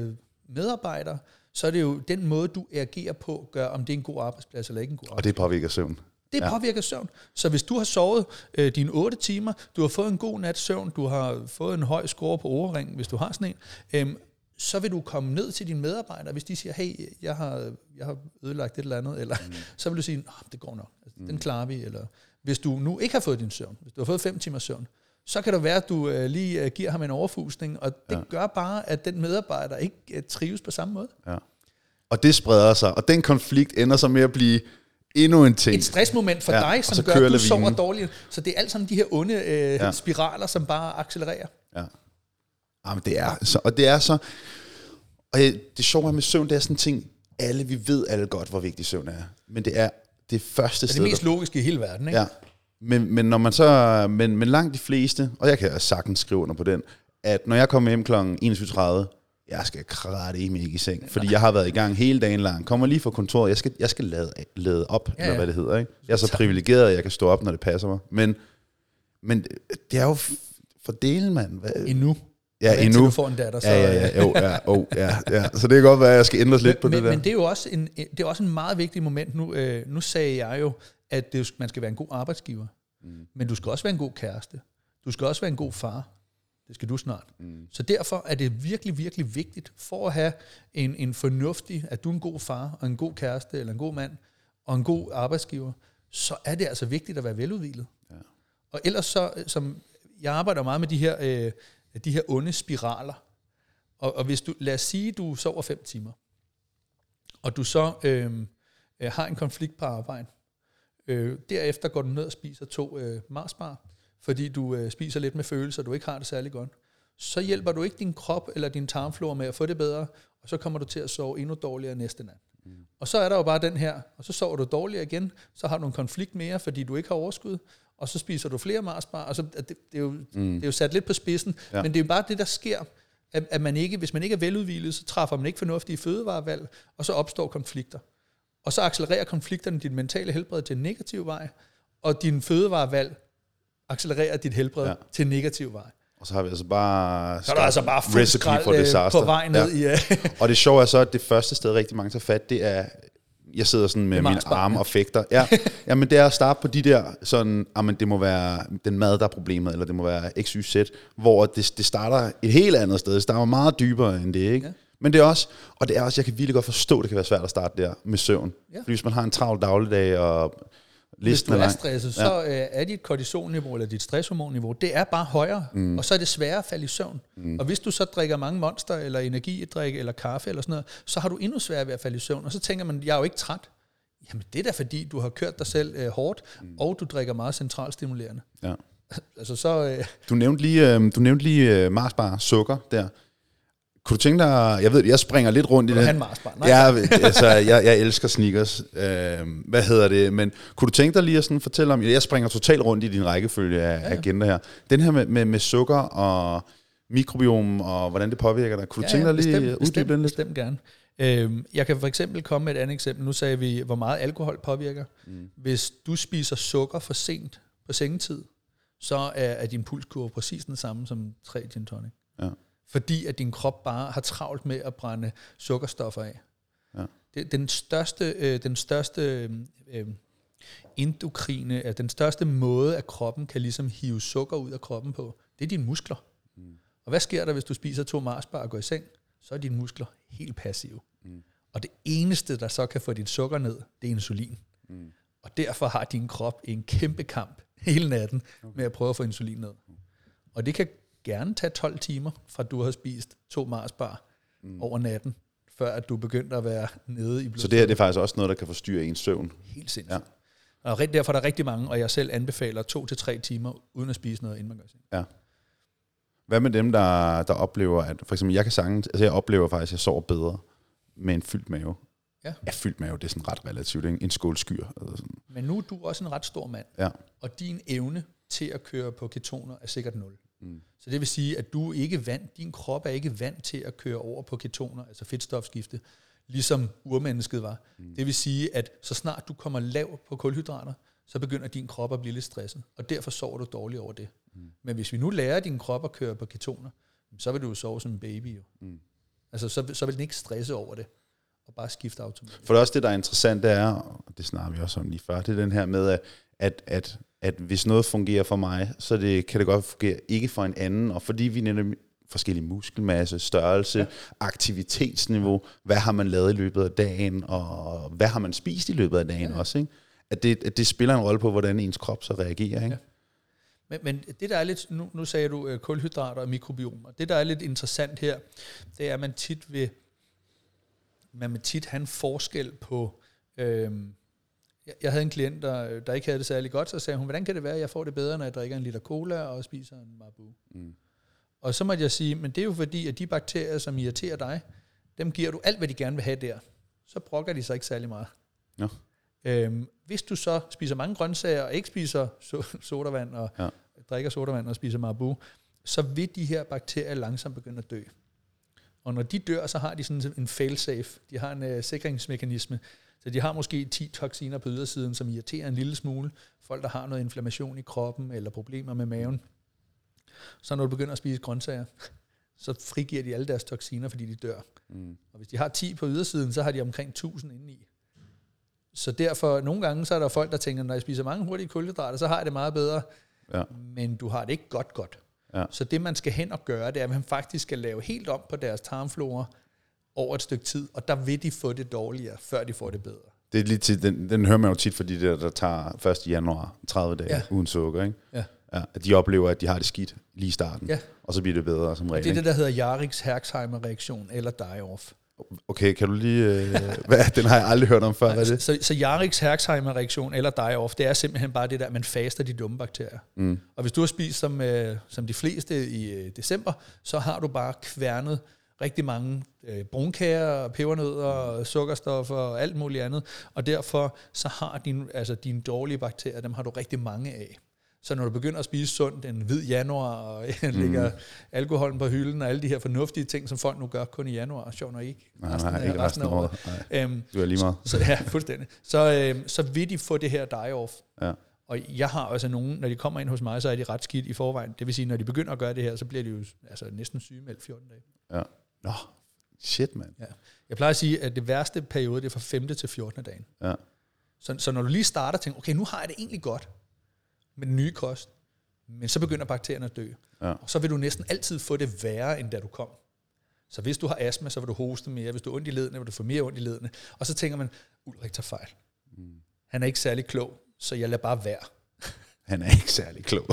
S2: medarbejdere, så er det jo den måde, du agerer på, gør, om det er en god arbejdsplads eller ikke en god arbejdsplads.
S1: Og det påvirker søvn.
S2: Det påvirker søvn. Så hvis du har sovet dine 8 timer, du har fået en god nats søvn, du har fået en høj score på Oura-ringen, hvis du har sådan en, så vil du komme ned til dine medarbejdere, hvis de siger, hey, jeg har ødelagt et eller andet, eller så vil du sige, det går nok, altså, den klarer vi. Eller hvis du nu ikke har fået din søvn, hvis du har fået 5 timers søvn, så kan det være, at du lige giver ham en overfusning, og det gør bare, at den medarbejder ikke trives på samme måde. Ja.
S1: Og det spreder sig, og den konflikt ender så med at blive endnu en ting.
S2: Et stressmoment for dig, som gør, at du sover dårligt. Så det er alt sammen de her onde spiraler, som bare accelererer. Ja.
S1: Jamen, det er så, og det er så, og det sjove med søvn, det er sådan en ting, vi ved alle godt, hvor vigtig søvn er. Men det er det første sted.
S2: Det er det mest logiske i hele verden, ikke?
S1: Ja. Men når man så, men langt de fleste, og jeg kan sagtens skrive under på den, at når jeg kommer hjem kl. 21:30, jeg skal kratte ikke i seng, fordi jeg har været i gang hele dagen lang. Kommer lige fra kontoret, jeg skal lade op, eller hvad det hedder. Ikke? Jeg er så privilegeret, at jeg kan stå op, når det passer mig. Men det er jo fordelen, mand.
S2: Endnu.
S1: Ja, endnu.
S2: Du får en datter, så...
S1: Ja. Så det kan godt være, at jeg skal ændres lidt på det der.
S2: Men det er jo også en meget vigtig moment. Nu sagde jeg jo, at man skal være en god arbejdsgiver. Men du skal også være en god kæreste. Du skal også være en god far. Det skal du snart. Så derfor er det virkelig, virkelig vigtigt, for at have en fornuftig, at du er en god far, og en god kæreste, eller en god mand, og en god arbejdsgiver, så er det altså vigtigt at være veludhvilet. Ja. Og ellers så, som jeg arbejder meget med de her onde spiraler, og hvis du, lad os sige, du sover 5 timer, og du så har en konflikt på arbejde, derefter går du ned og spiser 2 Mars-bar, fordi du spiser lidt med følelser, og du ikke har det særlig godt, så hjælper du ikke din krop eller din tarmflora med at få det bedre, og så kommer du til at sove endnu dårligere næste nat. Og så er der jo bare den her, og så sover du dårligere igen, så har du en konflikt mere, fordi du ikke har overskud, og så spiser du flere Mars-bar, og så det er jo sat lidt på spidsen, men det er jo bare det, der sker, at man ikke, hvis man ikke er veludhvilet, så træffer man ikke fornuftige fødevarevalg, og så opstår konflikter. Og så accelererer konflikterne dit mentale helbred til en negativ vej, og din fødevarevalg accelererer dit helbred til en negativ vej.
S1: Og så har vi altså bare...
S2: Så er der altså bare fuld skrald på vej ned i...
S1: Og det sjove er så, at det første sted, rigtig mange tager fat, det er... Jeg sidder sådan med mine arme og fægter. Ja, men det er at starte på de der sådan... Jamen, det må være den mad, der er problemet, eller det må være XYZ, hvor det starter et helt andet sted. Det starter meget dybere end det, ikke? Ja. Men det er også... Og det er også... Jeg kan virkelig godt forstå, det kan være svært at starte der med søvn. Ja. Fordi hvis man har en travl dagligdag og...
S2: Hvis du er stresset, så er dit kortisolniveau eller dit stresshormonniveau, det er bare højere, og så er det sværere at falde i søvn. Og hvis du så drikker mange Monster, eller energidrik, eller kaffe, eller sådan noget, så har du endnu sværere ved at falde i søvn. Og så tænker man, jeg er jo ikke træt. Jamen det er da fordi, du har kørt dig selv hårdt, og du drikker meget centralstimulerende. Ja. Altså så...
S1: Du nævnte lige Mars-bar, sukker der. Kunne du tænke dig, jeg ved, jeg springer lidt rundt i det. Ja, altså, jeg elsker Snickers. Hvad hedder det? Men kunne du tænke dig lige at sådan fortælle om, jeg springer totalt rundt i din rækkefølge af agenda her. Den her med sukker og mikrobiom og hvordan det påvirker dig. Kunne du tænke dig lige uddybe den lidt?
S2: Bestemt gerne. Jeg kan for eksempel komme med et andet eksempel. Nu sagde vi, hvor meget alkohol påvirker. Hvis du spiser sukker for sent på sengetid, så er din pulskurve præcis den samme som 3 gin tonic. Ja. Fordi at din krop bare har travlt med at brænde sukkerstoffer af. Ja. Den største endokrine, den største måde, at kroppen kan ligesom hive sukker ud af kroppen på, det er dine muskler. Og hvad sker der, hvis du spiser 2 Mars-bar og går i seng? Så er dine muskler helt passive. Og det eneste, der så kan få dit sukker ned, det er insulin. Og derfor har din krop en kæmpe kamp hele natten med at prøve at få insulin ned. Og det kan gerne tage 12 timer, fra du har spist 2 Mars-bar over natten, før at du begyndte at være nede i blodsukker.
S1: Så det her det er faktisk også noget, der kan forstyrre ens søvn?
S2: Helt sindssygt. Ja. Og derfor er der rigtig mange, og jeg selv anbefaler 2 til 3 timer, uden at spise noget, inden man gør seng.
S1: Ja. Hvad med dem, der oplever, at for eksempel, jeg oplever faktisk, at jeg sover bedre med en fyldt mave? Ja. Ja, fyldt mave, det er sådan ret relativt, ikke? En skål skyr. Eller sådan.
S2: Men nu er du også en ret stor mand, og din evne til at køre på ketoner er sikkert 0. Så det vil sige, at din krop er ikke vant til at køre over på ketoner, altså fedtstofskifte, ligesom urmennesket var. Det vil sige, at så snart du kommer lav på kulhydrater, så begynder din krop at blive lidt stresset, og derfor sover du dårligt over det. Men hvis vi nu lærer din krop at køre på ketoner, så vil du jo sove som en baby jo. Altså, så vil den ikke stresse over det, og bare skifte automatisk.
S1: For det er også det, der er interessant, det er, og det snakker vi også om lige før, det er den her med, at hvis noget fungerer for mig, så kan det godt fungere ikke for en anden, og fordi vi netop forskellige muskelmasse, størrelse, aktivitetsniveau, hvad har man lavet i løbet af dagen, og hvad har man spist i løbet af dagen også, ikke? At det spiller en rolle på, hvordan ens krop så reagerer, ikke?
S2: Ja. Men det, der er lidt, nu sagde du kulhydrater og mikrobiomer, det, der er lidt interessant her, det er, at man tit vil have en forskel på, jeg havde en klient, der ikke havde det særlig godt, så sagde hun, hvordan kan det være, at jeg får det bedre, når jeg drikker en liter cola og spiser en Marabou? Og så måtte jeg sige, men det er jo fordi, at de bakterier, som irriterer dig, dem giver du alt, hvad de gerne vil have der. Så brokker de sig ikke særlig meget.
S1: Ja.
S2: Hvis du så spiser mange grøntsager, og ikke spiser sodavand, og drikker sodavand og spiser Marabou, så vil de her bakterier langsomt begynde at dø. Og når de dør, så har de sådan en fail-safe. De har en sikringsmekanisme. Så de har måske 10 toksiner på ydersiden, som irriterer en lille smule. Folk, der har noget inflammation i kroppen, eller problemer med maven. Så når du begynder at spise grøntsager, så frigiver de alle deres toksiner, fordi de dør. Og hvis de har 10 på ydersiden, så har de omkring 1000 indeni. Så derfor, nogle gange, så er der folk, der tænker, når jeg spiser mange hurtige kulhydrater, så har jeg det meget bedre. Ja. Men du har det ikke godt. Ja. Så det, man skal hen og gøre, det er, at man faktisk skal lave helt om på deres tarmflora over et stykke tid, og der vil de få det dårligere, før de får det bedre. Det er
S1: lidt tit, den hører man jo tit for de der tager 1. januar 30 dage uden sukker, ikke? Ja. Ja, at de oplever, at de har det skidt lige i starten, og så bliver det bedre som regel.
S2: Det er det, der hedder Jariks-Herxheimer-reaktion, eller die-off.
S1: Okay, kan du lige... den har jeg aldrig hørt om før. Hvad er det?
S2: Så Jariks-Herxheimer-reaktion, eller die-off, det er simpelthen bare det der, at man faster de dumme bakterier. Og hvis du har spist som de fleste i december, så har du bare kværnet rigtig mange brunkager, pebernødder, sukkerstoffer og alt muligt andet. Og derfor så har dine dårlige bakterier, dem har du rigtig mange af. Så når du begynder at spise sundt en hvid januar, og lægger alkoholen på hylden, og alle de her fornuftige ting, som folk nu gør kun i januar, sjovt nok ikke.
S1: Ikke resten af året. Du er lige meget.
S2: Fuldstændig. Så vil de få det her die-off. Ja. Og jeg har altså nogen, når de kommer ind hos mig, så er de ret skidt i forvejen. Det vil sige, når de begynder at gøre det her, så bliver de jo næsten sygemeldt 14 dage.
S1: Ja. Nå, shit, mand.
S2: Ja. Jeg plejer at sige, at det værste periode, det er fra 5. til 14. dagen. Ja. Så når du lige starter og tænker, okay, nu har jeg det egentlig godt med den nye kost, men så begynder bakterierne at dø. Ja. Og så vil du næsten altid få det værre, end da du kom. Så hvis du har astma, så vil du hoste mere. Hvis du har ondt i ledene, vil du få mere ondt i ledene. Og så tænker man, Ulrik tager fejl. Han er ikke særlig klog, så jeg lader bare være.
S1: Han er ikke særlig klog.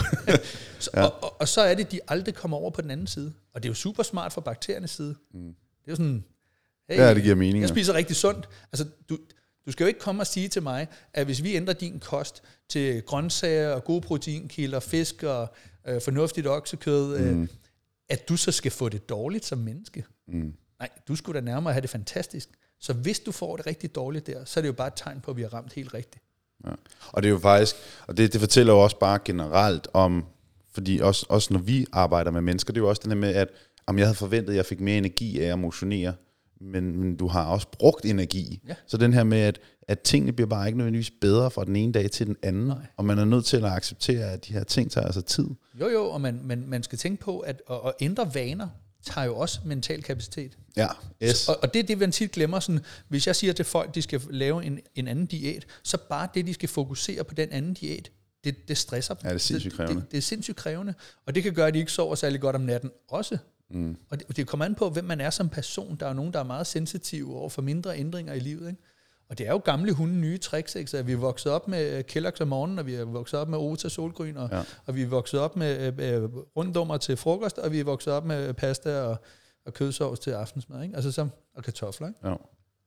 S2: og så er det, de aldrig kommer over på den anden side. Og det er jo super smart fra bakteriernes side. Det er jo sådan, hey,
S1: det giver mening.
S2: Jeg spiser rigtig sundt. Altså, du skal jo ikke komme og sige til mig, at hvis vi ændrer din kost til grøntsager og gode proteinkilder, fisk og fornuftigt oksekød, at du så skal få det dårligt som menneske. Nej, du skulle da nærmere have det fantastisk. Så hvis du får det rigtig dårligt der, så er det jo bare et tegn på, at vi har ramt helt rigtigt.
S1: Ja. Og det er jo faktisk, og det fortæller jo også bare generelt om, fordi også når vi arbejder med mennesker, det er jo også det der med, at jeg havde forventet, at jeg fik mere energi af at motionere, men du har også brugt energi. Ja. Så den her med, at tingene bliver bare ikke nødvendigvis bedre fra den ene dag til den anden, og man er nødt til at acceptere, at de her ting tager altså tid.
S2: Jo, og man skal tænke på, at at ændre vaner tager jo også mental kapacitet.
S1: Ja, yes.
S2: Og det er det, man tit glemmer. Sådan, hvis jeg siger til folk, de skal lave en anden diæt, så bare det, de skal fokusere på den anden diæt, det stresser dem.
S1: Ja, det er sindssygt krævende.
S2: Det er sindssygt krævende, og det kan gøre, at de ikke sover særlig godt om natten også. Og det kommer an på, hvem man er som person. Der er nogen, der er meget sensitive over for mindre ændringer i livet, ikke? Og det er jo gamle hunde, nye tricks, ikke? Så vi er vokset op med Kellogg's om morgenen, og vi er vokset op med Ota solgryn, og vi er vokset op med runddummer til frokost, og vi er vokset op med pasta og kødsovs til aftensmad, ikke? Altså og kartofler, ikke? Ja.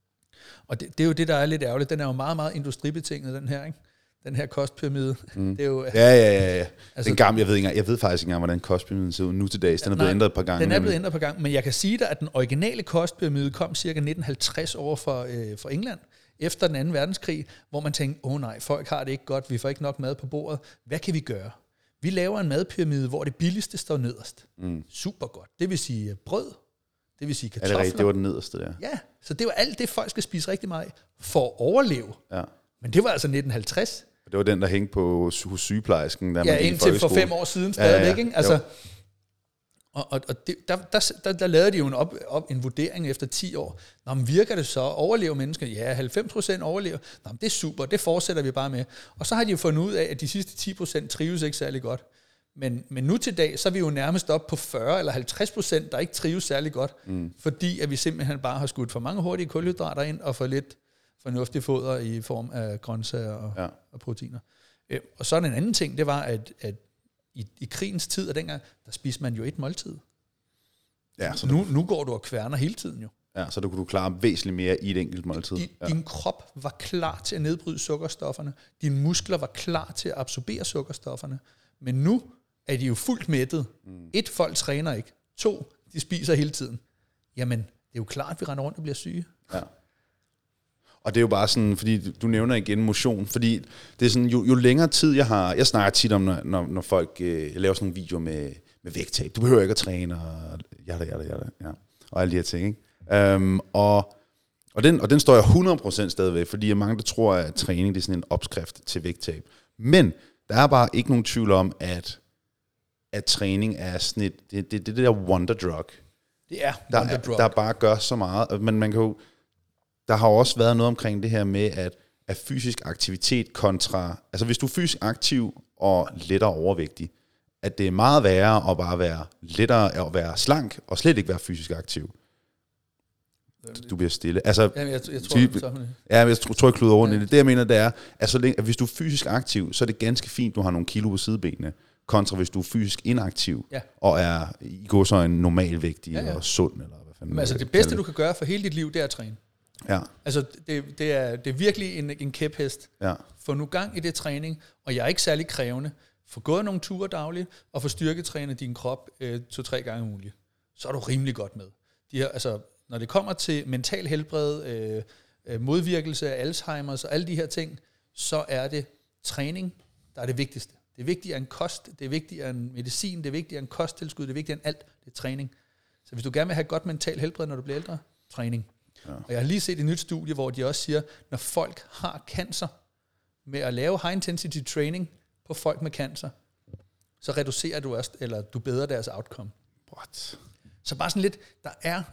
S2: Og det er jo det, der er lidt ærgerligt. Den er jo meget, meget industribetinget, den her, ikke? Den her kostpyramide. Det er jo,
S1: ja. Altså, den gamle, jeg ved faktisk ikke engang, hvordan kostpyramiden ser ud nu til dags. Den er blevet ændret et par gange.
S2: Den er blevet ændret et par gange, men jeg kan sige dig, at den originale kostpyramide kom cirka 1950 over for England, efter den 2. verdenskrig, hvor man tænkte, nej, folk har det ikke godt, vi får ikke nok mad på bordet. Hvad kan vi gøre? Vi laver en madpyramide, hvor det billigste står nederst. Super godt. Det vil sige brød, det vil sige kartofler.
S1: Det var den nederste der.
S2: Ja, så det var alt det, folk skal spise rigtig meget for at overleve. Ja. Men det var altså 1950.
S1: Det var den, der hængte hos sygeplejersken. Der
S2: indtil for 5 år siden stadigvæk. Ikke? Altså, Og det, der lavede de jo en vurdering efter 10 år. Nå, men virker det så? Overlever mennesker? Ja, 90% overlever. Nå, men det er super, det fortsætter vi bare med. Og så har de jo fundet ud af, at de sidste 10% trives ikke særlig godt. Men nu til dag, så er vi jo nærmest op på 40 eller 50%, der ikke trives særlig godt, fordi at vi simpelthen bare har skudt for mange hurtige kulhydrater ind, og for lidt fornuftig foder i form af grøntsager og proteiner. Og så en anden ting, det var, at i krigens tid, og dengang, der spiste man jo et måltid. Ja, så nu går du og kværner hele tiden jo.
S1: Ja, så du kunne klare væsentligt mere i et enkelt måltid.
S2: Din krop var klar til at nedbryde sukkerstofferne. Dine muskler var klar til at absorbere sukkerstofferne. Men nu er de jo fuldt mættet. 1, folk træner ikke. 2, de spiser hele tiden. Jamen, det er jo klart, at vi render rundt og bliver syge. Ja.
S1: Og det er jo bare sådan, fordi du nævner igen motion, fordi det er sådan, jo længere tid jeg snakker tit om, når folk laver sådan nogle videoer med vægttab. Du behøver ikke at træne, og ja, og alle de her ting, ikke? Og den står jeg 100% stadigvæk, fordi jeg mange, der tror, at træning det er sådan en opskrift til vægttab. Men der er bare ikke nogen tvivl om, at træning er sådan det der wonder drug.
S2: Det er wonder drug.
S1: Der bare gør så meget, men man kan jo. Der har også været noget omkring det her med, at fysisk aktivitet kontra. Altså hvis du er fysisk aktiv og lettere overvægtig, at det er meget værre at bare være lettere at være slank og slet ikke være fysisk aktiv. Du bliver stille. Altså,
S2: jamen, jeg tror,
S1: jeg tror, jeg kluder rundt i det. Det jeg mener, det er, at hvis du er fysisk aktiv, så er det ganske fint, du har nogle kilo på sidebenene, kontra hvis du er fysisk inaktiv, og er i går så en normalvægtig og sund. Eller hvad fanden.
S2: Men altså det bedste, du kan gøre for hele dit liv, det er at træne.
S1: Ja.
S2: Altså det er virkelig en kæphest.
S1: Ja.
S2: Få nu gang i det træning, og jeg er ikke særlig krævende. Få gået nogle ture dagligt, og få styrketrænet din krop 2-3 gange om ugen. Så er du rimelig godt med. Altså, når det kommer til mental helbred, modvirkelse af Alzheimer's og alle de her ting, så er det træning, der er det vigtigste. Det er vigtigere end kost, det er vigtigere end medicin, det er vigtigere end kosttilskud, det er vigtigere end alt, det er træning. Så hvis du gerne vil have godt mental helbred, når du bliver ældre, træning. Ja. Og jeg har lige set et nyt studie, hvor de også siger, når folk har cancer, med at lave high intensity training på folk med cancer, så reducerer du også, eller du bedrer deres outcome.
S1: What?
S2: Så bare sådan lidt, der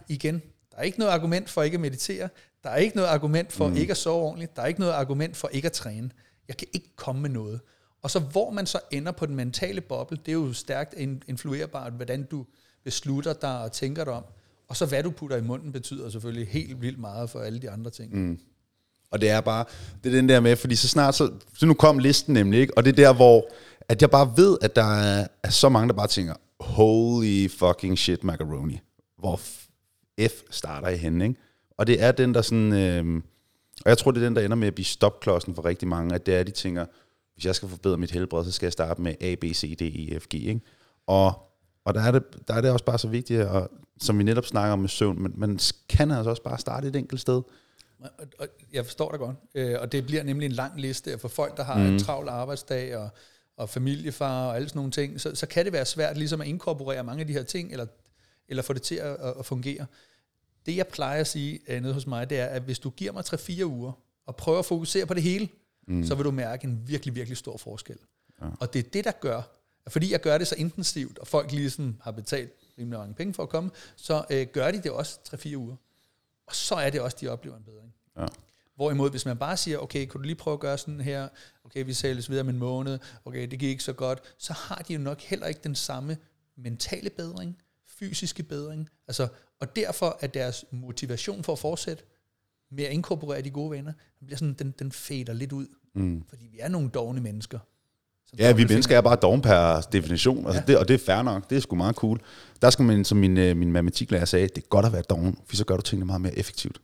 S2: er ikke noget argument for ikke at meditere, der er ikke noget argument for ikke at sove ordentligt, der er ikke noget argument for ikke at træne. Jeg kan ikke komme med noget. Og så hvor man så ender på den mentale boble, det er jo stærkt influerbart, hvordan du beslutter dig og tænker dig om. Og så hvad du putter i munden betyder selvfølgelig helt vildt meget for alle de andre ting.
S1: Og det er den der med, fordi så snart, så nu kom listen nemlig, ikke? Og det er der, hvor at jeg bare ved, at der er så mange, der bare tænker, holy fucking shit macaroni. Hvor F starter i henne, ikke? Og det er den, der sådan, og jeg tror, det er den, der ender med at blive stopklodsen for rigtig mange, at det er, de tænker, hvis jeg skal forbedre mit helbred, så skal jeg starte med A, B, C, D, E, F, G, ikke? Og der er det også bare så vigtigt, og, som vi netop snakker om med søvn, men man kan altså også bare starte et enkelt sted.
S2: Og jeg forstår dig godt, og det bliver nemlig en lang liste for folk, der har en travl arbejdsdag og familiefar og alle sådan nogle ting, så kan det være svært ligesom at inkorporere mange af de her ting, eller få det til at fungere. Det jeg plejer at sige nede hos mig, det er, at hvis du giver mig 3-4 uger, og prøver at fokusere på det hele, så vil du mærke en virkelig, virkelig stor forskel. Ja. Og det er det, der gør, fordi jeg gør det så intensivt, og folk ligesom har betalt rimelig mange penge for at komme, så gør de det også 3-4 uger. Og så er det også, de oplever en bedring. Ja. Hvorimod, hvis man bare siger, okay, kan du lige prøve at gøre sådan her, okay, vi sælges videre om en måned, okay, det gik ikke så godt, så har de jo nok heller ikke den samme mentale bedring, fysiske bedring, altså, og derfor er deres motivation for at fortsætte med at inkorporere de gode vaner, bliver sådan, den fader lidt ud, fordi vi er nogle dovne mennesker.
S1: Ja, vi mennesker er bare doven per definition, altså og det er fair nok, det er sgu meget cool. Der skal man, som min matematiklærer sagde, det er godt at være doven, for så gør du tingene meget mere effektivt.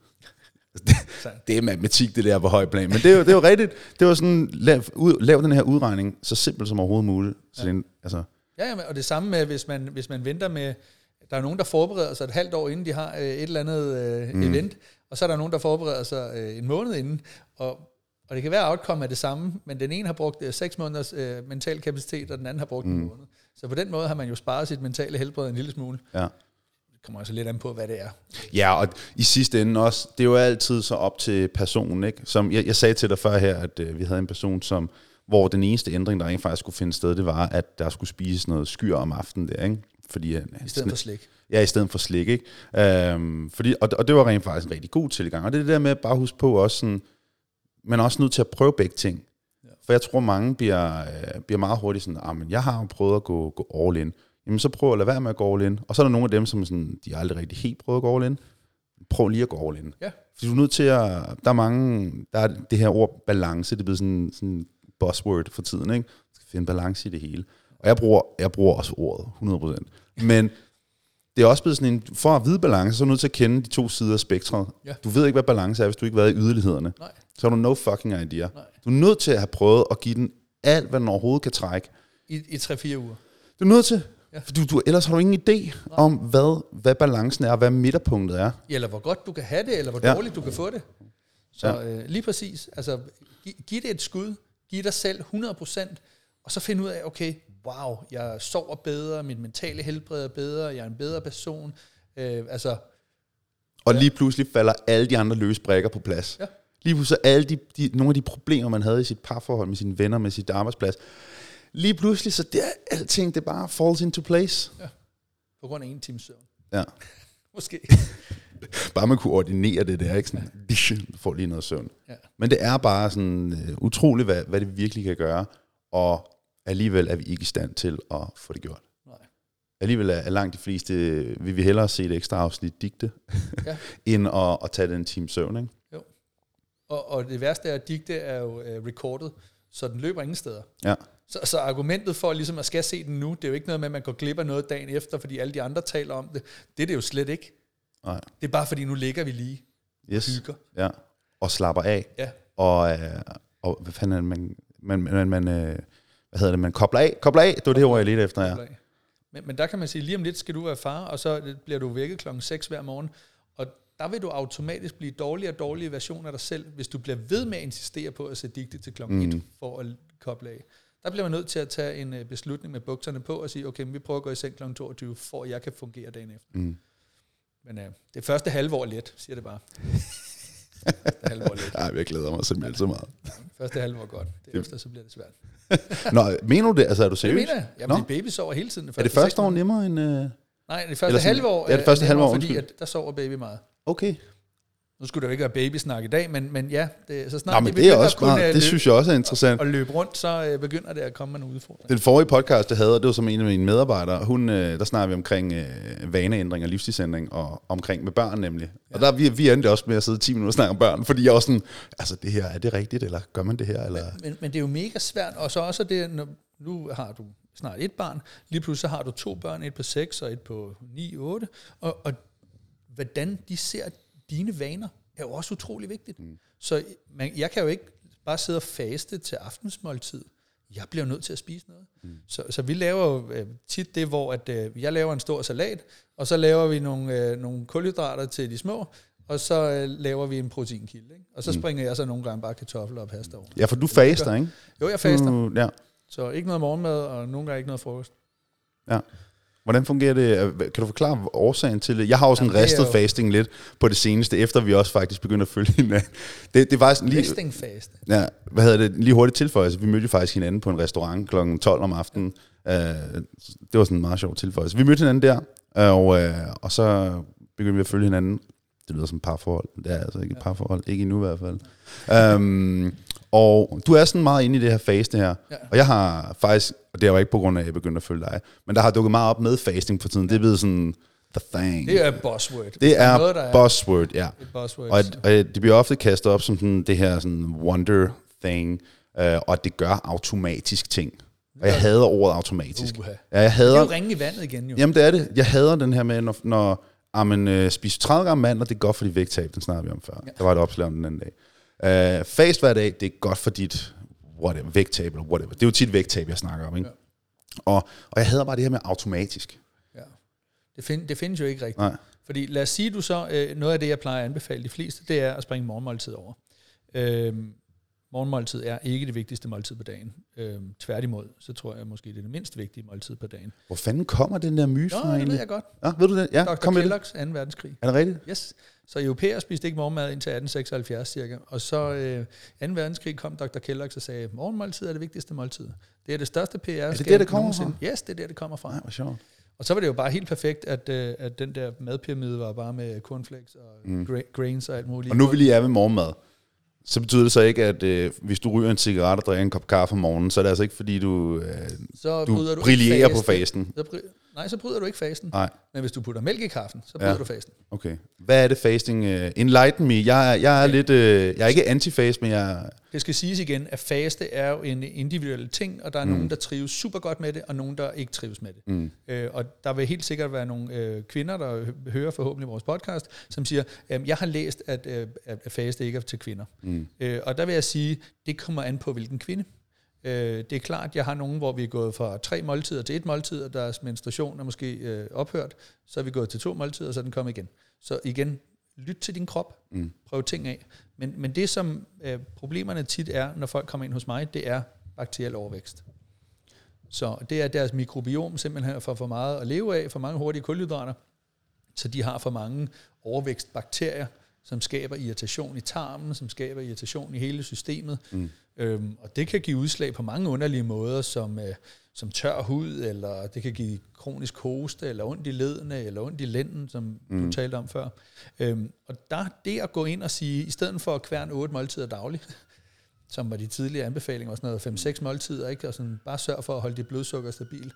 S1: Det er matematik, det der på høj plan, men det er jo rigtigt. Det var sådan, lav den her udregning så simpelt som overhovedet muligt. Så det, altså.
S2: Ja, og det samme med, hvis man venter med, der er nogen, der forbereder sig et halvt år inden de har et eller andet event, og så er der nogen, der forbereder sig en måned inden, og det kan være outcome af det samme, men den ene har brugt 6 måneders mental kapacitet, og den anden har brugt en måned. Så på den måde har man jo sparet sit mentale helbred en lille smule. Ja. Det kommer altså lidt an på, hvad det er.
S1: Ja, og i sidste ende også, det er jo altid så op til personen, ikke? Som jeg sagde til dig før her, at vi havde en person, hvor den eneste ændring, der rent faktisk skulle finde sted, det var, at der skulle spises noget skyr om aftenen der, ikke? fordi
S2: i stedet for slik.
S1: Ja, i stedet for slik, ikke? Og det var rent faktisk en rigtig god tilgang. Og det er det der med at bare huske på også sådan, man er også nødt til at prøve begge ting. Ja. For jeg tror, mange bliver meget hurtigt sådan, men jeg har jo prøvet at gå all in. Jamen så prøv at lade være med at gå all in. Og så er der nogle af dem, som sådan, de aldrig rigtig helt prøvet at gå all in. Prøv lige at gå all in. Ja. Fordi du er nødt til at, der er det her ord balance, det er blevet sådan buzzword for tiden, ikke? Du skal finde balance i det hele. Og jeg bruger også ordet, 100%. Men det er også blevet sådan en, for at vide balance, så er du nødt til at kende de to sider af spektret. Ja. Du ved ikke, hvad balance er, hvis du ikke har været i yderlighederne. Nej. Så har du no fucking idea. Nej. Du er nødt til at have prøvet at give den alt, hvad den overhovedet kan trække.
S2: I 3-4 uger.
S1: Du er nødt til. Ja. For ellers har du ingen idé om, hvad balancen er, hvad midterpunktet er.
S2: Eller hvor godt du kan have det, eller hvor dårligt du kan få det. Så lige præcis. Altså, giv det et skud. Giv dig selv 100%. Og så finde ud af, okay, wow, jeg sover bedre, mit mentale helbred er bedre, jeg er en bedre person.
S1: Og lige pludselig falder alle de andre løse brækker på plads. Ja. Lige pludselig alle nogle af de problemer, man havde i sit parforhold med sine venner, med sit arbejdsplads. Lige pludselig, så alting, det bare falls into place. Ja.
S2: På grund af 1 times søvn.
S1: Ja.
S2: Måske.
S1: Bare man kunne ordinere det der, ikke? Sådan, får lige noget søvn. Ja. Men det er bare sådan utroligt, hvad det virkelig kan gøre. Og alligevel er vi ikke i stand til at få det gjort. Nej. Alligevel er langt de fleste, vi vil hellere se et ekstra afsnit digte, end at tage den time søvn, ikke?
S2: Jo. Og det værste er, at digte er jo recorded, så den løber ingen steder. Ja. Så argumentet for ligesom at skal se den nu, det er jo ikke noget med, at man går glip af noget dagen efter, fordi alle de andre taler om det. Det er det jo slet ikke. Nej. Det er bare fordi, nu ligger vi lige og hygger. Ja.
S1: Og slapper af. Ja. Og hvad fanden er det, man kobler af. Kobler af, det var det ord, jeg ledte efter. Ja.
S2: Men der kan man sige, lige om lidt skal du være far, og så bliver du vækket klokken 6 hver morgen. Og der vil du automatisk blive dårligere og dårligere version af dig selv, hvis du bliver ved med at insistere på at sætte digte til klokken 1 for at koble af. Der bliver man nødt til at tage en beslutning med bukserne på og sige, okay, vi prøver at gå i seng kl. 22, for at jeg kan fungere dagen efter. Men det første halvår let, siger det bare.
S1: Nej, jeg glæder mig simpelthen så meget.
S2: Første halvår godt. Det efter, så bliver det svært.
S1: Nå, mener du det? Altså, er du seriøs?
S2: Det mener jeg. Jamen, baby sover hele tiden.
S1: Er det første år nemmere end...
S2: Nej, det første halvår
S1: er det første halvår,
S2: fordi at der sover baby meget.
S1: Okay.
S2: Nu skulle det jo ikke være babysnak i dag, men ja, så snart
S1: men det er også meget, det synes jeg også er interessant.
S2: Og løbe rundt, så begynder det at komme med nogle udfordringer.
S1: Den forrige podcast, jeg havde, det var som en af mine medarbejdere, der snakker vi omkring vaneændring og livsstilsændring, og omkring med børn nemlig. Ja. Og der vi endte også med at sidde 10 minutter og snakke om børn, fordi jeg også sådan, altså det her, er det rigtigt, eller gør man det her? Eller?
S2: Men det er jo mega svært, og så også det, nu har du snart 1 barn, lige pludselig så har du 2 børn, 1 på 6 og 1 på 9-8, og hvordan de ser dine vaner, er jo også utrolig vigtigt. Så jeg kan jo ikke bare sidde og faste til aftensmåltid. Jeg bliver nødt til at spise noget. Så vi laver jo tit det, hvor at, jeg laver en stor salat, og så laver vi nogle kulhydrater til de små, og så laver vi en proteinkilde. Ikke? Og så springer jeg så nogle gange bare kartofler og pasta over.
S1: Ja, for du faster, ikke?
S2: Jo, jeg faster. Ja. Så ikke noget morgenmad, og nogle gange ikke noget frokost. Ja.
S1: Hvordan fungerer det? Kan du forklare årsagen til det? Jeg har også ristet fasting lidt på det seneste, efter vi også faktisk begyndte at følge hinanden. Det er faktisk lige...
S2: Resting fast.
S1: Ja, lige hurtigt tilføjelse. Vi mødte faktisk hinanden på en restaurant kl. 12 om aftenen. Det var sådan en meget sjov tilføjelse. Vi mødte hinanden der, og så begyndte vi at følge hinanden. Det lyder som et parforhold. Det er altså ikke et parforhold. Ikke endnu i hvert fald. Og du er sådan meget inde i det her faste her. Ja. Og jeg har faktisk, og det var ikke på grund af, at jeg begyndte at følge dig, men der har dukket meget op med fasting for tiden. Det er blevet sådan the thing.
S2: Det er buzzword.
S1: Det er noget, buzzword, ja. Og det bliver ofte kastet op som sådan, det her sådan wonder thing, og det gør automatisk ting. Og jeg hader ordet automatisk.
S2: Ja, jeg hader, det er jo ringe i vandet igen jo.
S1: Jamen det er det. Jeg hader den her med, når spiser 30 gram mandler, det er godt for dit vægttab, den snakker vi om før. Ja. Der var et opslag om den anden dag. Fast hver dag, det er godt for dit vægttab eller whatever. Det er jo tit vægttab, jeg snakker om, ikke? Ja. Og jeg hader bare det her med automatisk. Ja.
S2: Det findes jo ikke rigtigt. Nej. Fordi lad os sige, du så, noget af det, jeg plejer at anbefale de fleste, det er at springe morgenmåltid over. Morgenmåltid er ikke det vigtigste måltid på dagen. Tværtimod, så tror jeg måske, det er det mindst vigtige måltid på dagen.
S1: Hvor fanden kommer den der myte fra
S2: egentlig? Det ved jeg godt.
S1: Ja, ved du det? Ja,
S2: Dr. Kellogg's 2. verdenskrig.
S1: Er det rigtigt?
S2: Yes. Så europæere spiste ikke morgenmad indtil 1876 cirka. Og så 2. verdenskrig kom Dr. Kellogg's og sagde, morgenmåltid er det vigtigste måltid. Det er det største PR.
S1: Er det der, det kommer fra?
S2: Yes, det er der, det kommer fra.
S1: Nej, hvor sjovt.
S2: Og så var det jo bare helt perfekt, at den der madpyramide var bare med cornflakes og grains og alt muligt.
S1: Og nu vil I er ved morgenmad. Så betyder det så ikke, at hvis du ryger en cigaret og drikker en kop kaffe om morgenen, så er det altså ikke, fordi du brillerer på fasten?
S2: Så bryder du ikke fasten.
S1: Nej.
S2: Men hvis du putter mælk i kaffen, så bryder du fasten.
S1: Okay. Hvad er det fasting? Enlighten me. Jeg er lidt... jeg er ikke anti-fast, men jeg...
S2: Det skal siges igen, at faste er jo en individuel ting, og der er nogen, der trives super godt med det, og nogen, der ikke trives med det. Og der vil helt sikkert være nogle kvinder, der hører forhåbentlig vores podcast, som siger, jeg har læst, at faste ikke er til kvinder. Og der vil jeg sige, det kommer an på, hvilken kvinde. Det er klart, jeg har nogen, hvor vi er gået fra 3 måltider til 1 måltid, og deres menstruation er måske ophørt, så er vi gået til 2 måltider, og så er den kommet igen. Så igen, lyt til din krop, prøv ting af. Men det, som problemerne tit er, når folk kommer ind hos mig, det er bakteriel overvækst. Så det er deres mikrobiom simpelthen for meget at leve af, for mange hurtige kulhydrater, så de har for mange overvækstbakterier, som skaber irritation i tarmen, som skaber irritation i hele systemet. Og det kan give udslag på mange underlige måder, som tør hud, eller det kan give kronisk hoste, eller ondt i ledene, eller ondt i lænden, som du talte om før. Og der det at gå ind og sige, i stedet for at kværne 8 måltider dagligt, som var de tidligere anbefalinger, og sådan noget 5-6 måltider, ikke? Og sådan, bare sørg for at holde dit blodsukker stabilt.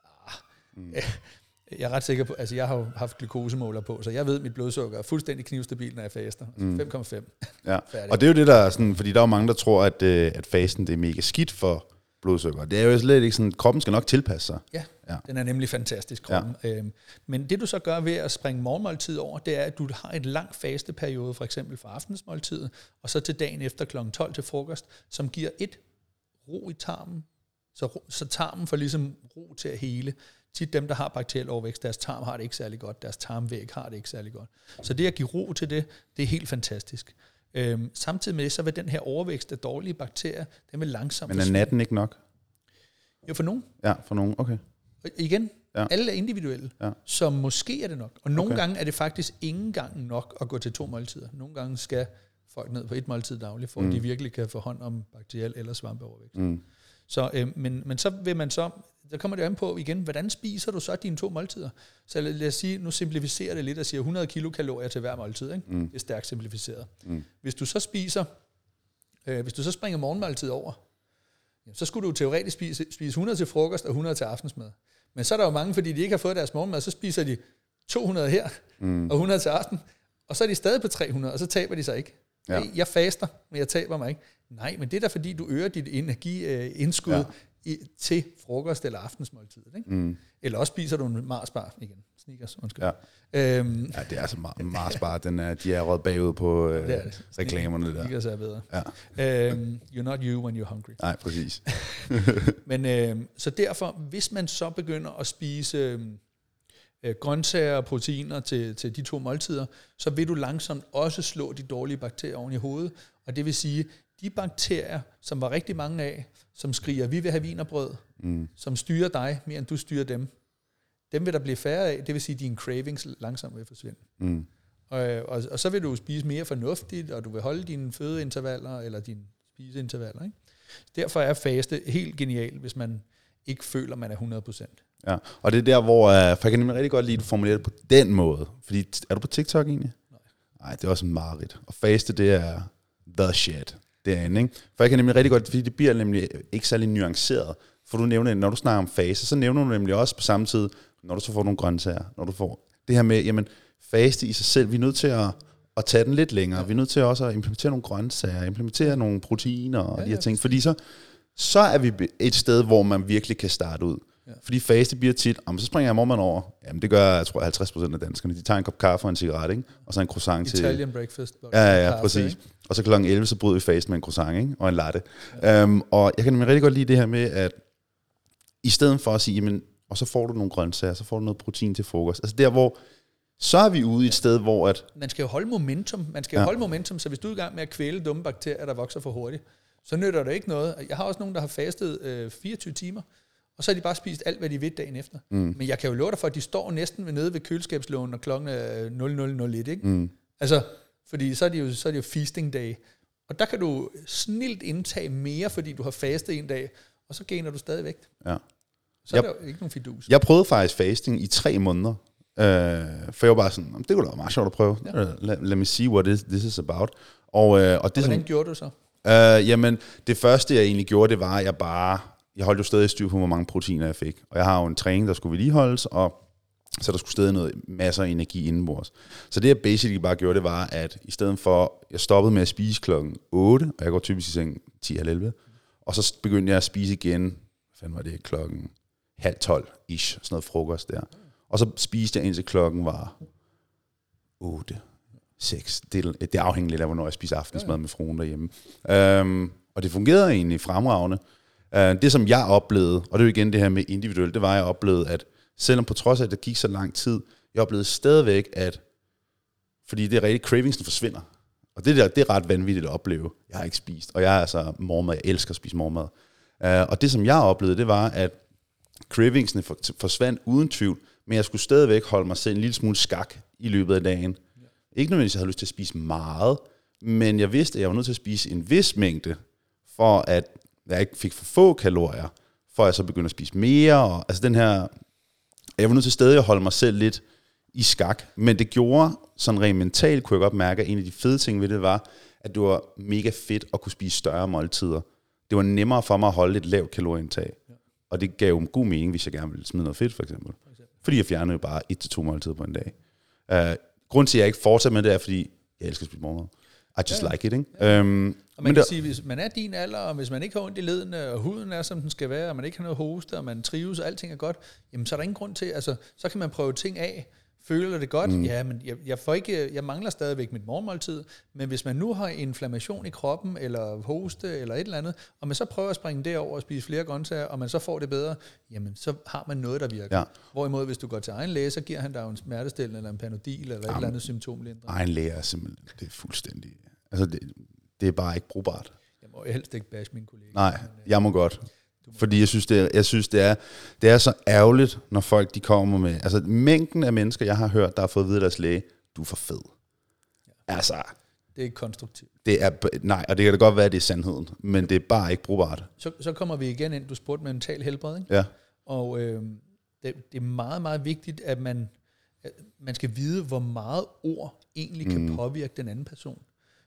S2: Jeg er ret sikker på, altså jeg har jo haft glukosemåler på, så jeg ved, at mit blodsukker er fuldstændig knivstabilt, når jeg faster. 5,5.
S1: Ja, og det er jo det, der er sådan, fordi der er jo mange, der tror, at fasten det er mega skidt for blodsukker. Det er jo slet ikke sådan, kroppen skal nok tilpasse sig.
S2: Ja. Den er nemlig fantastisk, kroppen. Ja. Men det du så gør ved at springe morgenmåltid over, det er, at du har et lang fasteperiode, for eksempel for aftensmåltidet, og så til dagen efter kl. 12 til frokost, som giver et ro i tarmen, så tarmen får ligesom ro til at hele. Tit dem, der har bakteriel overvækst, deres tarm har det ikke særlig godt, deres tarmvæg har det ikke særlig godt. Så det at give ro til det er helt fantastisk. Samtidig med det, så vil den her overvækst af dårlige bakterier, den vil langsomt...
S1: Men er natten ikke nok?
S2: Jo, for nogen.
S1: Ja, for nogen, okay.
S2: Og igen, alle er individuelle, så måske er det nok. Og nogle gange er det faktisk ikke engang nok at gå til 2 måltider. Nogle gange skal folk ned på 1 måltid dagligt, for at de virkelig kan få hånd om bakteriel eller svampeovervækst. Så, men så vil man så, der kommer det an på igen, hvordan spiser du så dine 2 måltider? Så lad os sige, nu simplificerer det lidt og siger 100 kilokalorier til hver måltid, ikke? Det er stærkt simplificeret. Hvis du så springer morgenmåltid over, så skulle du teoretisk spise 100 til frokost og 100 til aftensmad. Men så er der jo mange, fordi de ikke har fået deres morgenmad, så spiser de 200 her og 100 til aften, og så er de stadig på 300, og så taber de sig ikke. Ja. Jeg faster, men jeg taber mig ikke. Nej, men det er da fordi, du øger dit energiindskud til frokost eller aftensmåltidet. Ikke? Eller også spiser du en Mars-bar igen. Sneakers, undskyld.
S1: Ja, det er så Mars-bar, de er rødt bagud på reklamerne der.
S2: Sneakers er bedre.
S1: Ja.
S2: You're not you when you're hungry.
S1: Nej, præcis.
S2: Men så derfor, hvis man så begynder at spise grøntsager og proteiner til de 2 måltider, så vil du langsomt også slå de dårlige bakterier oven i hovedet. Og det vil sige, de bakterier, som var rigtig mange af, som skriger, vi vil have wienerbrød, som styrer dig mere end du styrer dem vil der blive færre af. Det vil sige, at dine cravings langsomt vil forsvinde. Og så vil du spise mere fornuftigt, og du vil holde dine fødeintervaller eller dine spiseintervaller. Ikke? Derfor er faste helt genialt, hvis man ikke føler, man er 100%.
S1: Ja, og det er der, hvor for jeg kan nemlig rigtig godt lide, at du formulerer det på den måde. Fordi, er du på TikTok egentlig? Nej, det er også en mareridt. Og faste, det er the shit derinde, ikke? For jeg kan nemlig rigtig godt, fordi det bliver nemlig ikke særlig nuanceret. For du nævner, når du snakker om fase, så nævner du nemlig også på samme tid, når du så får nogle grøntsager, når du får det her med, jamen, faste i sig selv, vi er nødt til at tage den lidt længere. Vi er nødt til også at implementere nogle grøntsager, implementere nogle proteiner og de her ting, fordi så er vi et sted, hvor man virkelig kan starte ud. Ja. Fordi faste bliver tit, så springer jeg morgenmad over. Jamen det gør, jeg tror 50% af danskerne. De tager en kop kaffe og en cigaret, ikke? Og så en croissant til...
S2: Italian breakfast.
S1: Ja, præcis. Ikke? Og så kl. 11, så bryder vi faste med en croissant, ikke? Og en latte. Ja. Og jeg kan nemlig rigtig godt lide det her med, at i stedet for at sige, jamen, og så får du nogle grøntsager, så får du noget protein til frokost. Altså der, hvor så er vi ude i et sted, hvor at...
S2: Man skal jo holde momentum. Holde momentum, så hvis du er i gang med at kvæle dumme bakterier, der vokser for hurtigt, så nytter det ikke noget. Jeg har også nogen, der har fastet 24 timer, og så har de bare spist alt, hvad de vil dagen efter. Men jeg kan jo love dig for, at de står næsten nede ved køleskabslågen, når klokken er 00:01, ikke? Altså, fordi så er det jo feasting day. Og der kan du snilt indtage mere, fordi du har fastet en dag, og så gainer du stadig vægt.
S1: Ja.
S2: Så er der jo ikke nogen fidus.
S1: Jeg prøvede faktisk fasting i 3 måneder. For jeg var bare sådan, det kunne da være meget sjovt at prøve. Ja. Let me see what this is about. Og
S2: hvordan gjorde du så?
S1: Jamen, det første jeg egentlig gjorde, det var, at jeg holdt jo stadig styr på, hvor mange proteiner jeg fik. Og jeg har jo en træning, der skulle vedligeholdes, og så der skulle stadig masser af energi indenbords. Så det jeg basically bare gjorde, det var, at i stedet for, jeg stoppede med at spise klokken 8, og jeg går typisk i seng 10:30, og så begyndte jeg at spise igen, hvad fanden var det, klokken 11:30-ish, sådan noget frokost der. Og så spiste jeg indtil klokken var 8, 6. Det afhænger lidt af, hvornår jeg spiser aftensmad med fruen derhjemme. Og det fungerede egentlig fremragende. Det som jeg oplevede, og det er jo igen det her med individuelt, det var, at jeg oplevede, at selvom på trods af, at det gik så lang tid, jeg oplevede stadigvæk, at fordi det er rigtigt, cravingsen forsvinder. Og det er ret vanvittigt at opleve. Jeg har ikke spist, og jeg er altså morgenmad, jeg elsker at spise morgenmad. Og det som jeg oplevede, det var, at cravingsene forsvandt uden tvivl, men jeg skulle stadigvæk holde mig selv en lille smule skak i løbet af dagen. Ikke nødvendigvis, jeg havde lyst til at spise meget, men jeg vidste, at jeg var nødt til at spise en vis mængde, for at jeg ikke fik for få kalorier, for at jeg så begyndte at spise mere. Og, altså den her, jeg var nødt til stadig at holde mig selv lidt i skak, men det gjorde, sådan rent mentalt kunne jeg godt mærke, at en af de fede ting ved det var, at det var mega fedt at kunne spise større måltider. Det var nemmere for mig at holde et lavt kalorieindtag. Og det gav jo en god mening, hvis jeg gerne ville smide noget fedt, for eksempel. Fordi jeg fjernede jo bare 1-2 måltider på en dag. Grunden til, at jeg ikke fortsætter med det, er, fordi jeg elsker at spise morgenmad. I just like it, ikke?
S2: Ja. Og man kan sige, hvis man er din alder, og hvis man ikke har ondt i ledene, og huden er, som den skal være, og man ikke har noget hoste, og man trives, og alting er godt, jamen så er der ingen grund til, altså, så kan man prøve ting af. Føler det godt? Ja, men jeg mangler stadigvæk mit morgenmåltid, men hvis man nu har inflammation i kroppen, eller hoste, eller et eller andet, og man så prøver at springe derover og spise flere grøntsager, og man så får det bedre, jamen så har man noget, der virker. Ja. Hvorimod, hvis du går til egen læge, så giver han dig en smertestillende, eller en Panodil, eller et eller andet symptomlindring.
S1: Egen læge er simpelthen, det er fuldstændig, altså det er bare ikke brugbart.
S2: Jeg må helst ikke bashe mine kolleger.
S1: Nej, jeg må godt. Fordi jeg synes det er så ærgerligt, når folk de kommer med, altså mængden af mennesker, jeg har hørt, der har fået at vide deres læge, du er for fed. Ja. Altså.
S2: Det er ikke konstruktivt.
S1: Nej, og det kan da godt være, at det er sandheden, men det er bare ikke brugbart.
S2: Så kommer vi igen ind, du spurgte med mental helbred, ikke?
S1: Ja.
S2: Og det er meget, meget vigtigt, at man skal vide, hvor meget ord egentlig kan påvirke den anden person.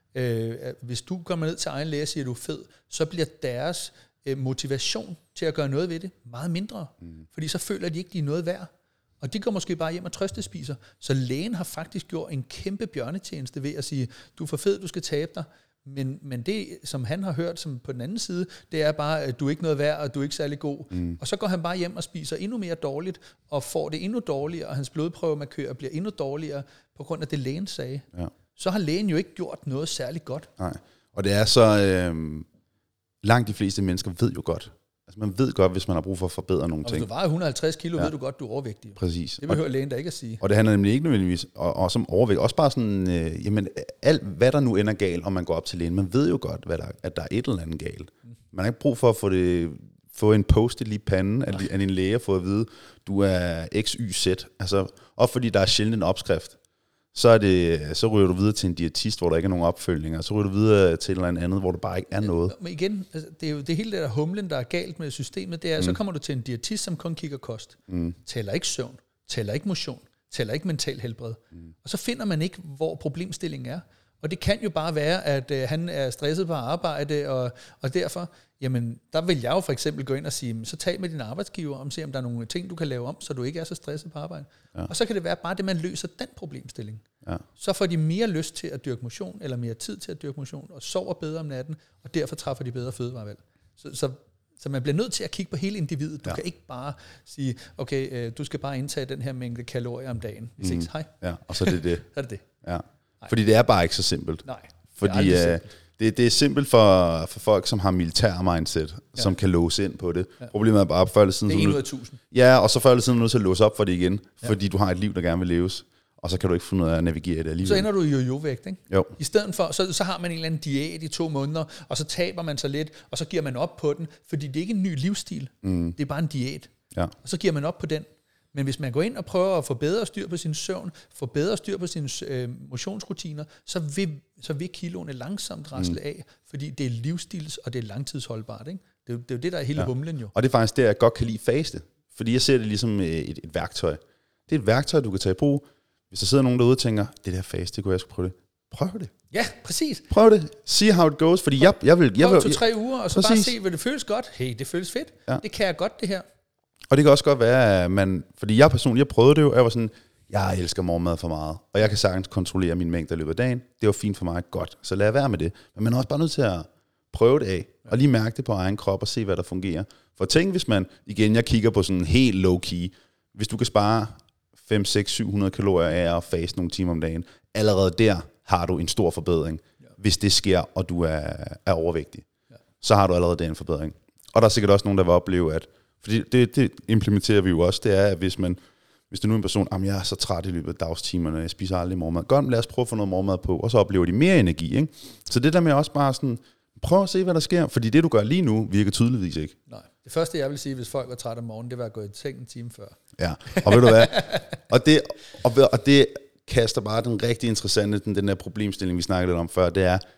S2: Hvis du kommer ned til egen læge og siger, du er fed, så bliver deres motivation til at gøre noget ved det meget mindre. Fordi så føler de ikke, de er noget værd. Og de går måske bare hjem og trøstespiser. Så lægen har faktisk gjort en kæmpe bjørnetjeneste ved at sige, du er for fed, du skal tabe dig. Men det, som han har hørt som på den anden side, det er bare, at du er ikke noget værd, og du er ikke særlig god. Og så går han bare hjem og spiser endnu mere dårligt, og får det endnu dårligere, og hans blodprøvemarkør bliver endnu dårligere, på grund af det, lægen sagde. Ja. Så har lægen jo ikke gjort noget særligt godt.
S1: Nej, og det er så... langt de fleste mennesker ved jo godt. Altså man ved godt, hvis man har brug for at forbedre nogle ting.
S2: Hvis du vejer 150 kilo, ved du godt, du er overvægtig.
S1: Præcis.
S2: Det behøver lægen da ikke at sige.
S1: Og det handler nemlig ikke nødvendigvis og som overvægt. Også bare sådan, jamen alt, hvad der nu ender galt, om man går op til lægen. Man ved jo godt, at der er et eller andet galt. Man har ikke brug for at få en post-it lige i panden af din læge og få at vide, du er XYZ. Altså, og fordi der er sjældent en opskrift. Så ryger du videre til en diætist, hvor der ikke er nogen opfølgninger. Så ryger du videre til et eller andet, hvor der bare ikke er noget.
S2: Men igen, altså, det er jo det hele der humlen, der er galt med systemet, det er, så kommer du til en diætist, som kun kigger kost. Tæller ikke søvn, tæller ikke motion, tæller ikke mental helbred. Og så finder man ikke, hvor problemstillingen er. Og det kan jo bare være, at han er stresset på arbejde, og derfor, jamen, der vil jeg jo for eksempel gå ind og sige, så tag med din arbejdsgiver om, se om der er nogle ting, du kan lave om, så du ikke er så stresset på arbejde. Ja. Og så kan det være bare det, man løser den problemstilling. Ja. Så får de mere lyst til at dyrke motion, eller mere tid til at dyrke motion, og sover bedre om natten, og derfor træffer de bedre fødevarevalg. Så man bliver nødt til at kigge på hele individet. Du kan ikke bare sige, okay, du skal bare indtage den her mængde kalorier om dagen. Vi ses, hej.
S1: Ja, og så er det det.
S2: Så er det det.
S1: Ja. Fordi det er bare ikke så simpelt.
S2: Nej.
S1: Fordi det er simpelt for folk, som har militær mindset, som kan låse ind på det. Ja. Problemet er bare, før eller siden...
S2: Det er 1 ud af 1000.
S1: Ja, og så før eller siden er du nødt til at låse op for det igen, fordi du har et liv, der gerne vil leves. Og så kan du ikke finde ud af at navigere det alligevel.
S2: Så ender du i jo-vægt, ikke?
S1: Jo.
S2: I stedet for, så har man en eller anden diæt i 2 måneder, og så taber man sig lidt, og så giver man op på den, fordi det er ikke en ny livsstil. Det er bare en diæt. Ja. Og så giver man op på den. Men hvis man går ind og prøver at få bedre styr på sin søvn, få bedre styr på sine motionsrutiner, så vil kiloene langsomt rasle af, fordi det er livsstils, og det er langtidsholdbart. Ikke? Det er jo det, der er hele humlen jo.
S1: Og det er faktisk det, jeg godt kan lide faste. Fordi jeg ser det ligesom et værktøj. Det er et værktøj, du kan tage i brug. Hvis der sidder nogen derude og tænker, det der fast, det kunne jeg skulle prøve det. Prøv det.
S2: Ja, præcis.
S1: Prøv det. See how it goes. Fordi jeg vil...
S2: Prøv 2-3 uger, og så præcis. Bare se, hvad det føles godt. Hey, det føles fedt. Ja. Det kan jeg godt, det her.
S1: Og det kan også godt være, at man... Fordi jeg personligt, jeg prøvede det jo, jeg var sådan, jeg elsker morgenmad for meget. Og jeg kan sagtens kontrollere min mængde i løbet af dagen. Det var fint for mig, godt. Så lad være med det. Men man er også bare nødt til at prøve det af. Og lige mærke det på egen krop og se, hvad der fungerer. For tænk, hvis man... Igen, jeg kigger på sådan helt low-key. Hvis du kan spare 5, 6, 700 kalorier af at faste nogle timer om dagen, allerede der har du en stor forbedring. Hvis det sker, og du er overvægtig, så har du allerede den forbedring. Og der er sikkert også nogen, der vil opleve, at... Fordi det implementerer vi jo også, det er, at hvis du nu er en person, jeg er så træt i løbet af dagstimerne, jeg spiser aldrig morgenmad. Godt, lad os prøve at få noget morgenmad på, og så oplever de mere energi. Ikke? Så det der med også bare sådan, prøv at se, hvad der sker, fordi det, du gør lige nu, virker tydeligvis ikke.
S2: Nej. Det første, jeg vil sige, hvis folk var trætte om morgenen, det var at gå i seng en time før.
S1: Ja, og ved du hvad? og det kaster bare den rigtig interessante, den der problemstilling, vi snakkede lidt om før, det er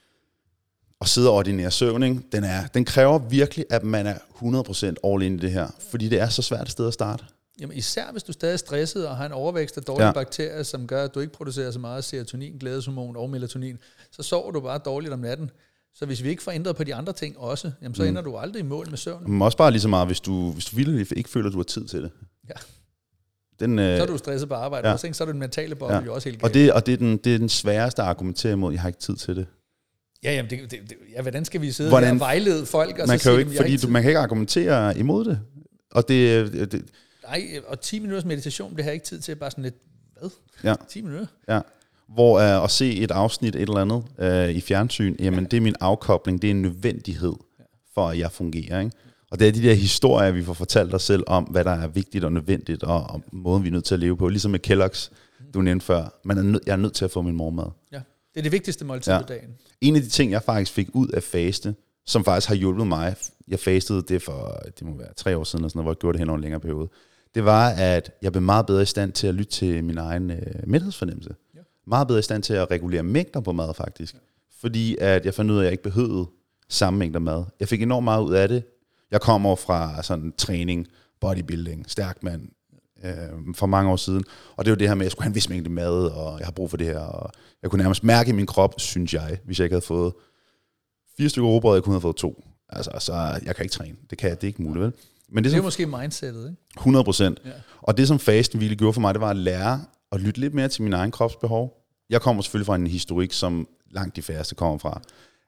S1: at sidde og ordinere søvn. Ikke? Den kræver virkelig, at man er 100% all in i det her, fordi det er så svært et sted at starte.
S2: Jamen især hvis du stadig er stresset og har en overvækst af dårlige bakterier, som gør, at du ikke producerer så meget serotonin, glædeshormon og melatonin, så sover du bare dårligt om natten. Så hvis vi ikke får ændret på de andre ting også, jamen så ender du aldrig i mål med søvn. Men
S1: også bare lige så meget, hvis du virkelig ikke føler, at du har tid til det.
S2: Ja. Så er du stresset på arbejde også, ikke? Så er du den mentale boble jo også helt
S1: galt. Og det er den sværeste at argumentere imod, jeg har ikke tid til det.
S2: Ja, jamen hvordan skal vi sidde og vejlede folk? Og
S1: man
S2: så
S1: kan jo ikke, fordi man kan ikke argumentere imod det. Og det
S2: nej, og 10 minutters meditation, det har jeg ikke tid til, bare sådan lidt, hvad?
S1: Ja.
S2: 10 minutter?
S1: Ja. Hvor at se et afsnit, et eller andet i fjernsyn, jamen det er min afkobling, det er en nødvendighed for, at jeg fungerer. Ikke? Og det er de der historier, vi får fortalt os selv om, hvad der er vigtigt og nødvendigt, og måden, vi er nødt til at leve på. Ligesom med Kellogg's, du nævnte før. Jeg er nødt til at få min morgenmad. Ja,
S2: det er det vigtigste måltid på dagen.
S1: En af de ting, jeg faktisk fik ud af faste, som faktisk har hjulpet mig, jeg fastede det for, det må være 3 år siden, og sådan noget, hvor jeg gjorde det hen over en længere periode, det var, at jeg blev meget bedre i stand til at lytte til min egen mæthedsfornemmelse. Ja. Meget bedre i stand til at regulere mængder på mad, faktisk. Ja. Fordi at jeg fandt ud af, at jeg ikke behøvede samme mængder mad. Jeg fik enormt meget ud af det. Jeg kommer fra sådan træning, bodybuilding, stærk mand, for mange år siden. Og det var det her med, at jeg skulle have en vis mængde mad, og jeg har brug for det her. Og jeg kunne nærmest mærke i min krop, synes jeg, hvis jeg ikke havde fået 4 stykker rugbrød, jeg kunne have fået 2. Altså, så jeg kan ikke træne. Det er ikke muligt, vel? Men
S2: det er måske mindsetet, ikke?
S1: 100%. Ja. Og det, som fasten virkelig gjorde for mig, det var at lære at lytte lidt mere til min egen kropsbehov. Jeg kommer selvfølgelig fra en historik, som langt de færreste kommer fra.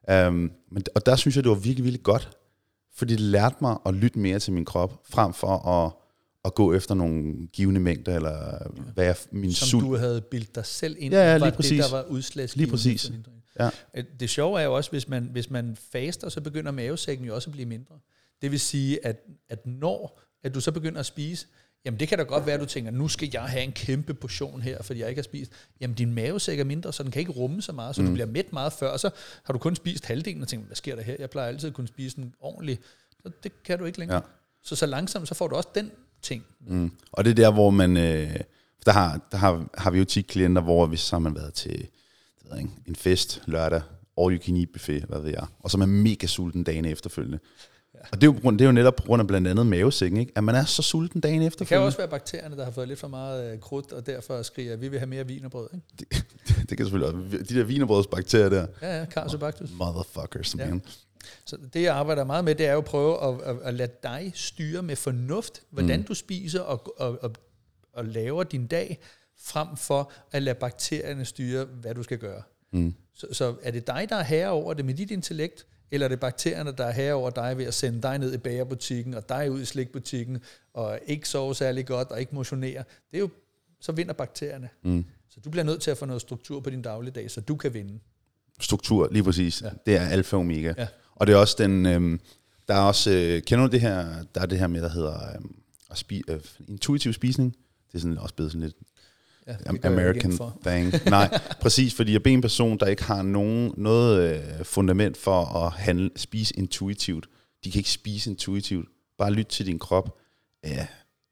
S1: Og der synes jeg, det var virkelig, virkelig godt. Fordi det lærte mig at lytte mere til min krop, frem for at gå efter nogle givende mængder, eller hvad jeg, min
S2: som du havde bildt dig selv ind,
S1: lige præcis.
S2: Det, der var udslagsgivende.
S1: Lige præcis. Ja.
S2: Det sjove er jo også, hvis man faster, så begynder mavesækken jo også at blive mindre. Det vil sige, at når at du så begynder at spise, jamen det kan da godt være, at du tænker, nu skal jeg have en kæmpe portion her, fordi jeg ikke har spist. Jamen din mavesæk er mindre, så den kan ikke rumme så meget, så du bliver mæt meget før, og så har du kun spist halvdelen og tænker, hvad sker der her? Jeg plejer altid at kunne spise den ordentligt. Så det kan du ikke længere. Ja. Så langsomt, så får du også den ting.
S1: Og det er der, hvor man, der har vi jo tit klienter, hvor hvis har man været til en fest lørdag, all you can eat buffet, hvad ved jeg, og så er man mega sulten dagen efterfølgende. Ja. Og det er jo netop på grund af blandt andet mavesækken, ikke? At man er så sulten dagen efterfølgende.
S2: Det kan jo også være bakterierne, der har fået lidt for meget krudt, og derfor skriger, at vi vil have mere wienerbrød, ikke?
S1: Det kan selvfølgelig også. De der wienerbrødsbakterier der.
S2: Ja, Caseobacter.
S1: Motherfuckers, man.
S2: Så det, jeg arbejder meget med, det er jo at prøve at lade dig styre med fornuft, hvordan du spiser og laver din dag, frem for at lade bakterierne styre, hvad du skal gøre. Så er det dig, der er herre over det med dit intellekt, eller er det bakterierne, der er herre over dig ved at sende dig ned i bagerbutikken, og dig ud i slikbutikken, og ikke sove særlig godt, og ikke motionere? Det er jo, så vinder bakterierne. Så du bliver nødt til at få noget struktur på din dagligdag, så du kan vinde. Struktur, lige præcis. Ja. Det er alfa og omega. Ja. Og det er også den, der er også, kender du det her, der er det her med, der hedder intuitiv spisning. Det er sådan også blevet sådan lidt American thing. Nej, præcis, fordi jeg er en person, der ikke har noget fundament for at spise intuitivt. De kan ikke spise intuitivt. Bare lyt til din krop. Ja.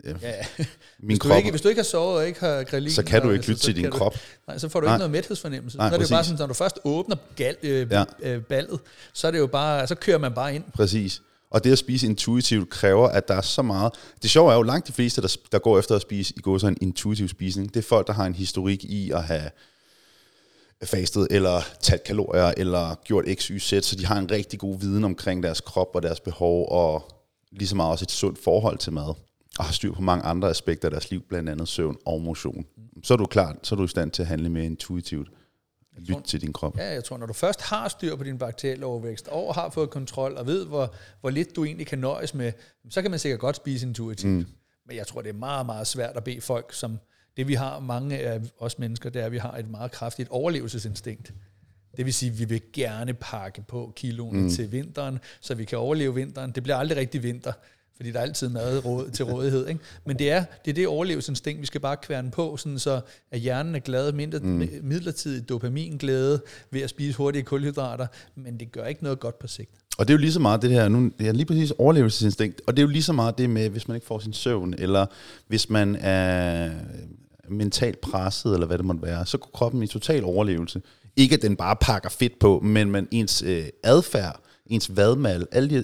S2: Hvis du ikke har sovet og ikke har grelin,
S1: så kan du ikke lytte til din krop.
S2: Nej, så får du ikke noget mæthedsfornemmelse. Så er det jo bare sådan, når du først åbner ballet, så er det jo bare, så kører man bare ind.
S1: Præcis. Og det at spise intuitivt kræver, at der er så meget. Det sjove er jo, langt de fleste, der går efter at spise i går så en intuitiv spisning, det er folk, der har en historik i at have fastet, eller talt kalorier, eller gjort x, y, z, så de har en rigtig god viden omkring deres krop og deres behov, og lige så meget også et sundt forhold til mad, og har styr på mange andre aspekter af deres liv, blandt andet søvn og motion. Så er du klar, så er du i stand til at handle mere intuitivt. Lyt til din krop.
S2: Ja, jeg tror, når du først har styr på din bakterielle overvækst, og har fået kontrol, og ved, hvor lidt du egentlig kan nøjes med, så kan man sikkert godt spise intuitivt. Men jeg tror, det er meget, meget svært at bede folk, som det vi har, mange af os mennesker, det er, at vi har et meget kraftigt overlevelsesinstinkt. Det vil sige, at vi vil gerne pakke på kiloene til vinteren, så vi kan overleve vinteren. Det bliver aldrig rigtig vinter, fordi der er altid mad til rådighed. Ikke? Men det er det overlevelsesinstinkt, vi skal bare kværne på, sådan så at hjernen er glad, midlertidigt dopaminglæde ved at spise hurtige kulhydrater, men det gør ikke noget godt på sigt.
S1: Og det er jo lige så meget det her, nu det er lige præcis overlevelsesinstinkt, og det er jo lige så meget det med, hvis man ikke får sin søvn, eller hvis man er mentalt presset, eller hvad det måtte være, så går kroppen i total overlevelse. Ikke at den bare pakker fedt på, men ens adfærd, ens vadmal, alle de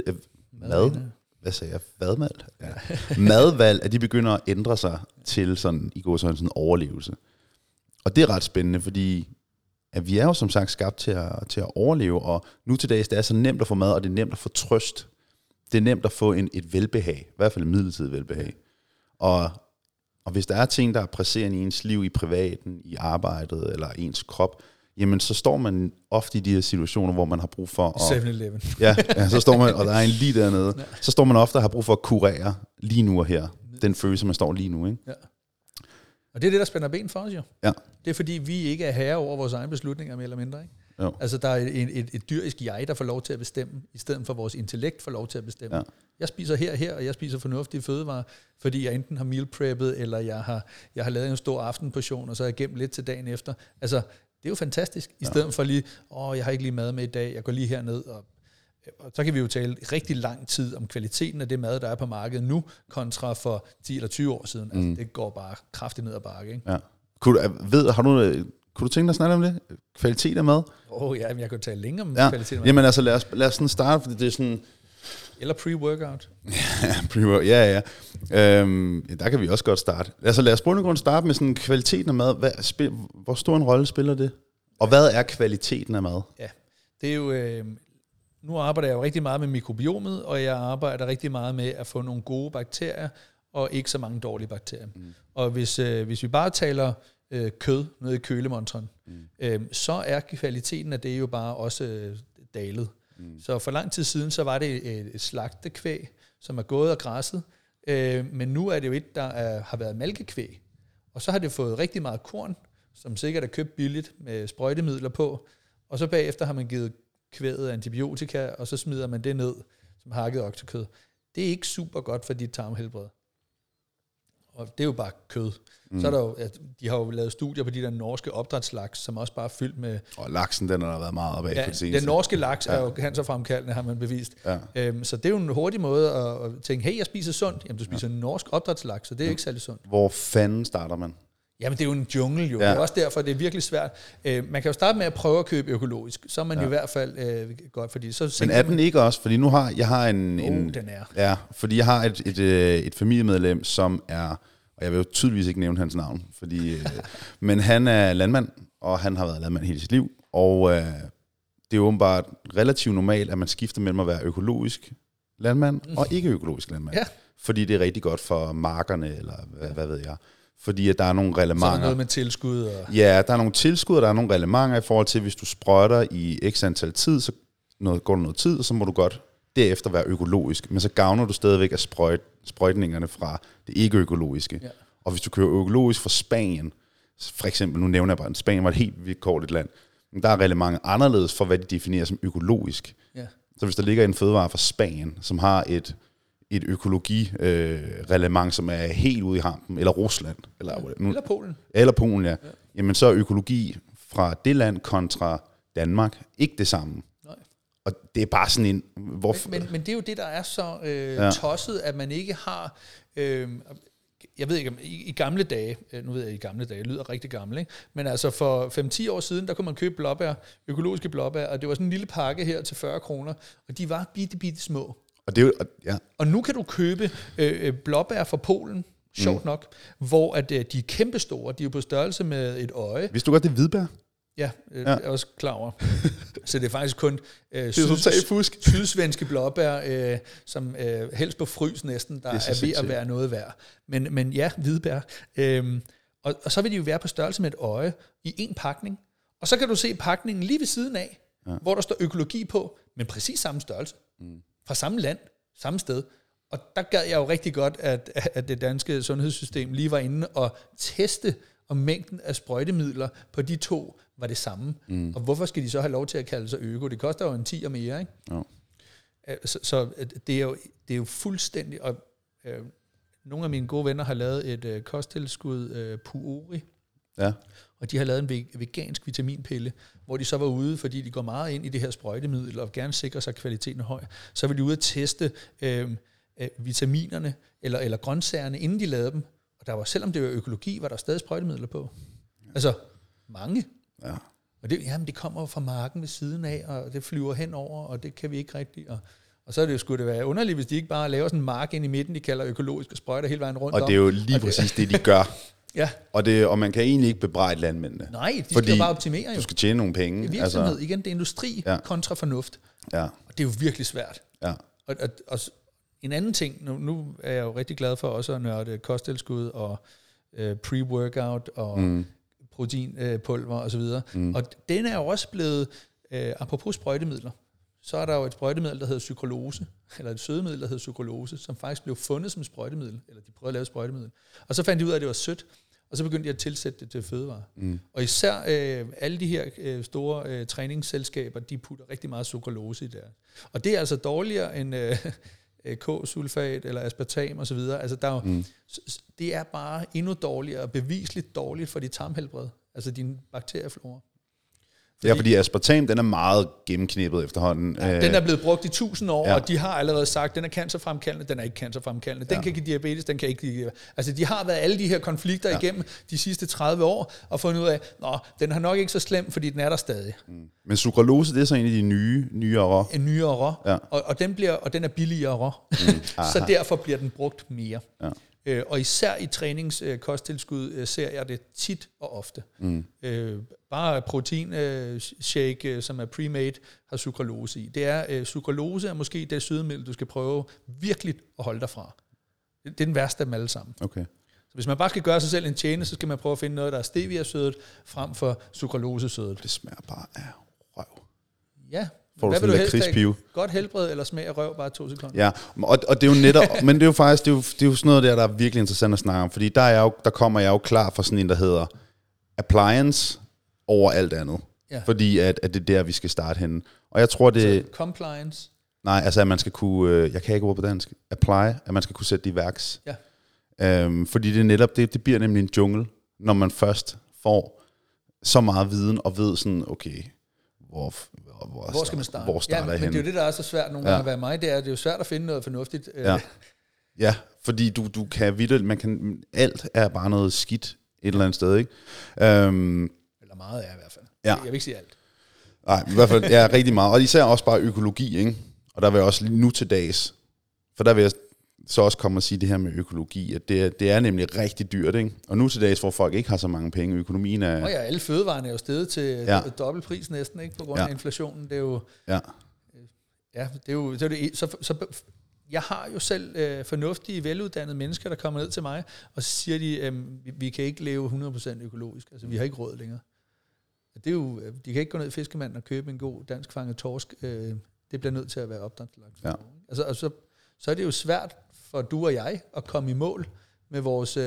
S1: vadmal? Ja. Madvalg, at de begynder at ændre sig til sådan, i går sådan en overlevelse. Og det er ret spændende, fordi at vi er jo som sagt skabt til at overleve, og nu til dags, det er så nemt at få mad, og det er nemt at få trøst. Det er nemt at få et velbehag, i hvert fald et midlertidigt velbehag. Og hvis der er ting, der er presserende i ens liv, i privaten, i arbejdet, eller ens krop, jamen så står man ofte i de her situationer, hvor man har brug for at...
S2: 7-Eleven.
S1: Ja, så står man, og der er en lige dernede, så står man ofte og har brug for at kurere lige nu og her. Den følelse, man står lige nu, ikke?
S2: Ja. Og det er det, der spænder ben for os jo.
S1: Ja.
S2: Det er fordi, vi ikke er herre over vores egne beslutninger, mere eller mindre, ikke?
S1: Jo.
S2: Altså, der er et dyrisk jeg, der får lov til at bestemme, i stedet for vores intellekt får lov til at bestemme. Ja. Jeg spiser her, og jeg spiser fornuftige fødevarer, fordi jeg enten har meal preppet, eller jeg har lavet en stor aftenportion, og så har jeg gemt lidt til dagen efter. Altså, det er jo fantastisk, i stedet for lige, jeg har ikke lige mad med i dag, jeg går lige herned, og så kan vi jo tale rigtig lang tid om kvaliteten af det mad, der er på markedet nu, kontra for 10 eller 20 år siden. Altså, det går bare kraftigt ned ad bakke, ikke? Ja.
S1: Kunne du tænke dig at snakke om det? Kvalitet af mad?
S2: Ja, men jeg kunne tale længere om kvalitet af mad.
S1: Jamen altså, lad os sådan starte, fordi det er sådan...
S2: Eller pre-workout.
S1: Ja. Der kan vi også godt starte. Altså lad os på grund starte med sådan kvaliteten af mad. Hvor stor en rolle spiller det? Og hvad er kvaliteten af mad?
S2: Ja, det er jo... Nu arbejder jeg jo rigtig meget med mikrobiomet, og jeg arbejder rigtig meget med at få nogle gode bakterier, og ikke så mange dårlige bakterier. Og hvis vi bare taler kød nede i kølemontren, så er kvaliteten af det jo bare også dalet. Så for lang tid siden, så var det et slagtekvæg, som er gået og græsset, men nu er det jo et, der har været malkekvæg. Og så har det fået rigtig meget korn, som sikkert er købt billigt med sprøjtemidler på, og så bagefter har man givet kvæget antibiotika, og så smider man det ned som hakket oksekød. Det er ikke super godt for dit tarmhelbred. Og det er jo bare kød. Så er der jo, de har jo lavet studier på de der norske opdrætslaks, som også bare er fyldt med... Og
S1: laksen, den har været meget opad på det seneste.
S2: Den norske laks er jo cancerfremkaldende, har man bevist. Ja. Så det er jo en hurtig måde at tænke, hey, jeg spiser sundt. Jamen, du spiser norsk opdrætslaks, så det er ikke særlig sundt.
S1: Hvor fanden starter man?
S2: Jamen, det er jo en jungle jo. Ja. Det er også derfor, det er virkelig svært. Man kan jo starte med at prøve at købe økologisk. Så er man jo i hvert fald godt, fordi så...
S1: Men er den ikke også? Fordi nu har jeg en...
S2: den er.
S1: Ja, fordi jeg har et familiemedlem, som er... Og jeg vil jo tydeligvis ikke nævne hans navn, fordi, men han er landmand, og han har været landmand hele sit liv. Og det er jo åbenbart relativt normalt, at man skifter mellem at være økologisk landmand og ikke økologisk landmand. Ja. Fordi det er rigtig godt for markerne, eller hvad ved jeg. Fordi at der er nogle reglementer. Så er der
S2: noget med tilskud? Og...
S1: Ja, der er nogle tilskud, og der er nogle reglementer i forhold til, hvis du sprøjter i x antal tid, så går der noget tid, og så må du godt derefter være økologisk. Men så gavner du stadigvæk af sprøjtningerne fra det ikke-økologiske. Ja. Og hvis du kører økologisk fra Spanien, for eksempel, nu nævner jeg bare, at Spanien var et helt vildt land, men der er reglementer anderledes for, hvad de definerer som økologisk. Ja. Så hvis der ligger en fødevare fra Spanien, som har et økologi-reglement, som er helt ude i hampen, eller Rusland,
S2: eller Polen.
S1: Eller Polen, ja. Jamen så er økologi fra det land kontra Danmark ikke det samme. Nej. Og det er bare sådan en...
S2: Men det er jo det, der er så tosset, at man ikke har... jeg ved ikke, i gamle dage, nu ved jeg, i gamle dage, lyder rigtig gammel, ikke? Men altså for 5-10 år siden, der kunne man købe blåbær, økologiske blåbær, og det var sådan en lille pakke her til 40 kroner, og de var bitte små.
S1: Og det er jo, ja.
S2: Og nu kan du købe blåbær fra Polen, sjovt nok, hvor at, de er kæmpestore. De er jo på størrelse med et øje.
S1: Vidste du godt, det er hvidbær?
S2: Ja, jeg er også klar over. Så det er faktisk kun sydsvenske blåbær, som helst på frys næsten, der er ved at være noget værd. Men ja, hvidbær. Og så vil de jo være på størrelse med et øje i en pakning. Og så kan du se pakningen lige ved siden af, hvor der står økologi på, men præcis samme størrelse. Fra samme land, samme sted. Og der gad jeg jo rigtig godt, at det danske sundhedssystem lige var inde og teste, om mængden af sprøjtemidler på de to var det samme. Og hvorfor skal de så have lov til at kalde sig øko? Det koster jo en 10 og mere, ikke?
S1: Ja.
S2: Så det er jo fuldstændig... Og, nogle af mine gode venner har lavet et kosttilskud, Puori, og de har lavet en vegansk vitaminpille, hvor de så var ude, fordi de går meget ind i det her sprøjtemiddel, og gerne sikrer sig, at kvaliteten er høj. Så var de ude at teste vitaminerne, eller grøntsagerne, inden de lavede dem. Og der var, selvom det var økologi, var der stadig sprøjtemidler på. Altså, mange.
S1: Ja.
S2: Og det kommer jo fra marken ved siden af, og det flyver henover, og det kan vi ikke rigtig... Og så er det jo skulle det være underligt, hvis de ikke bare laver sådan en mark ind i midten, de kalder økologisk, og sprøjter hele vejen rundt om.
S1: Og det er jo lige præcis det, de gør.
S2: Ja.
S1: Og man kan egentlig ikke bebrejde landmændene.
S2: Nej, de skal jo bare optimere. Jo.
S1: Du skal tjene nogle penge.
S2: Det er virksomhed, igen, det er industri kontra fornuft.
S1: Ja.
S2: Og det er jo virkelig svært.
S1: Ja.
S2: Og en anden ting, nu er jeg jo rigtig glad for også at nørde kosttilskud og pre-workout og proteinpulver og så videre. Og den er jo også blevet, apropos sprøjtemidler, så er der jo et sprøjtemiddel, der hedder sukralose, eller et sødemiddel, der hedder sukralose, som faktisk blev fundet som sprøjtemiddel, eller de prøvede at lave sprøjtemiddel. Og så fandt de ud af, at det var sødt, og så begyndte de at tilsætte det til fødevarer. Og især alle de her store træningsselskaber, de putter rigtig meget sukralose i der. Og det er altså dårligere end K-sulfat eller aspartam og så videre. Altså der er jo, det er bare endnu dårligere, bevisligt dårligt for dit tarmhelbred, altså din bakterieflora.
S1: Fordi aspartam, den er meget gennemknippet efterhånden.
S2: Ja, den er blevet brugt i 1000 år, og de har allerede sagt, at den er cancerfremkaldende, den er ikke cancerfremkaldende, den kan give diabetes, den kan ikke give... Altså, de har været alle de her konflikter igennem de sidste 30 år, og fundet ud af, den har nok ikke så slem, fordi den er der stadig.
S1: Men sukralose, det er så en af de nyere.
S2: En nyere, og den er billigere, så derfor bliver den brugt mere. Ja. Og især i træningskosttilskud ser jeg det tit og ofte. Bare proteinshake, som er pre-made, har sukralose i. Det er, sukralose er måske det sødemiddel, du skal prøve virkelig at holde dig fra. Det er den værste af dem alle sammen.
S1: Okay.
S2: Så hvis man bare skal gøre sig selv en tjeneste, så skal man prøve at finde noget, der er stevia-sødet, frem for sukralose-sødet.
S1: Det smager bare af røv.
S2: Ja.
S1: Hvad vil du helst have?
S2: Godt helbred eller smag af røv, bare 2 sekunder?
S1: Ja, og det er jo netop, men det er jo faktisk, det er jo sådan noget der er virkelig interessant at snakke om, fordi der kommer jeg jo klar for sådan en, der hedder appliance over alt andet. Ja. Fordi at det er der, vi skal starte henne. Og jeg tror, det...
S2: Så compliance?
S1: Nej, altså at man skal kunne, jeg kan ikke ord på dansk, apply, at man skal kunne sætte det i værks. Ja. Fordi det er netop, det bliver nemlig en jungle, når man først får så meget viden og ved sådan, okay, hvor skal man starte? Hvor starter
S2: men det er jo det, der er så svært nogle gange at være mig. Det er jo svært at finde noget fornuftigt.
S1: Ja, fordi du kan videre, alt er bare noget skidt et eller andet sted, ikke?
S2: Eller meget er i hvert fald. Ja. Jeg vil ikke sige alt.
S1: Nej, i hvert fald rigtig meget. Og især også bare økologi, ikke? Og der vil jeg også nu til dags, for der vil jeg så også komme og sige det her med økologi, at det er nemlig rigtig dyrt, ikke? Og nu til dags, hvor folk ikke har så mange penge, økonomien er...
S2: alle fødevarene er jo steget til dobbelt pris næsten, ikke? På grund af inflationen. Det er jo... Ja. Ja, det er jo det. Så jeg har jo selv fornuftige, veluddannede mennesker, der kommer ned til mig, og så siger de, vi kan ikke leve 100% økologisk. Altså, vi har ikke råd længere. Det er jo, de kan ikke gå ned i fiskemanden og købe en god dansk fanget torsk. Det bliver nødt til at være opdrætslaks. Ja. Altså, så er det jo svært for du og jeg at komme i mål med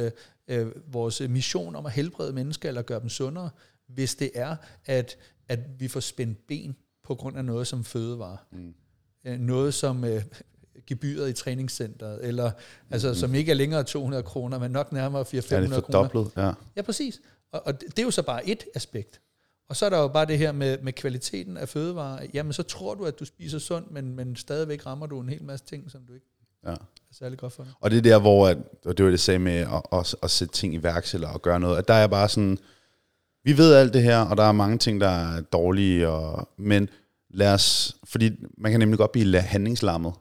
S2: vores mission om at helbrede mennesker eller gøre dem sundere, hvis det er, at vi får spændt ben på grund af noget som fødevare. Noget som gebyret i træningscenteret, eller som ikke er længere 200 kroner, men nok nærmere 400-500 kroner.
S1: Ja, det er fordoblet, ja.
S2: Ja, præcis. Og det er jo så bare et aspekt. Og så er der jo bare det her med kvaliteten af fødevarer. Jamen, så tror du, at du spiser sundt, men stadigvæk rammer du en hel masse ting, som du ikke er særlig godt for dig.
S1: Og det er der, hvor, og det var det sagde med at sætte ting i værks, eller at gøre noget, at der er bare sådan, vi ved alt det her, og der er mange ting, der er dårlige, men lad os, fordi man kan nemlig godt blive handlingslammet.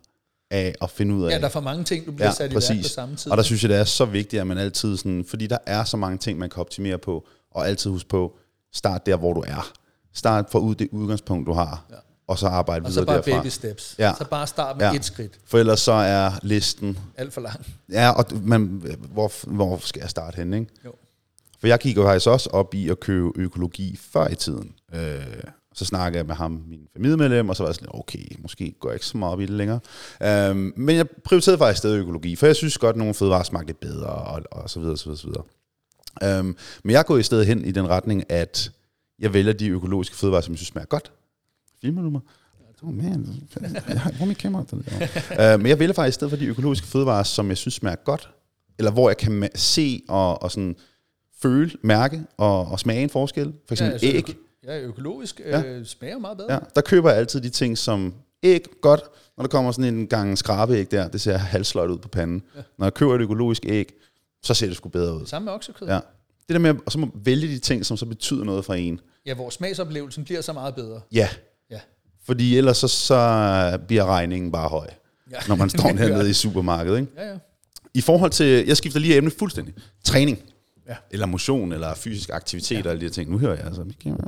S1: af at finde ud af.
S2: Ja, der er for mange ting, du bliver sat i værk på samme tid.
S1: Og der synes jeg, det er så vigtigt, at man altid sådan, fordi der er så mange ting, man kan optimere på, og altid huske på, start der, hvor du er. Start fra det udgangspunkt, du har, og så arbejde videre derfra.
S2: Og så bare baby steps. Ja. Så bare start med et skridt.
S1: For ellers så er listen
S2: alt for lang.
S1: Ja, og hvor skal jeg starte henne, ikke? Jo. For jeg gik jo faktisk også op i at købe økologi før i tiden. Så snakkede jeg med ham, min familiemedlem, og så var jeg sådan, okay, måske går jeg ikke så meget op i det længere. Men jeg prioriterede faktisk stadig økologi, for jeg synes godt, at nogle fødevarer smagte lidt bedre, og så videre, så videre, så videre. Men jeg går i stedet hen i den retning, at jeg vælger de økologiske fødevarer, som jeg synes smager godt. Filmer du mig? Hvor er mit kamera? Men jeg vælger faktisk i stedet for de økologiske fødevarer, som jeg synes smager godt, eller hvor jeg kan se og sådan føle, mærke og smage en forskel. For eksempel æg.
S2: Økologisk smager meget bedre.
S1: Ja, der køber jeg altid de ting som æg godt, når der kommer sådan en gang skrabeæg der, det ser halvsløjt ud på panden. Ja. Når jeg køber et økologisk æg, så ser det sgu bedre ud.
S2: Samme med oksekød.
S1: Ja. Det der med at så må vælge de ting, som så betyder noget for en.
S2: Ja, hvor smagsoplevelsen bliver så meget bedre.
S1: Ja. Fordi ellers så bliver regningen bare høj, når man står hernede i supermarkedet. Ikke?
S2: Ja.
S1: I forhold til, jeg skifter lige emne fuldstændig. Træning. Ja. Eller motion, eller fysisk aktivitet, og alle de her ting. Nu hører jeg altså.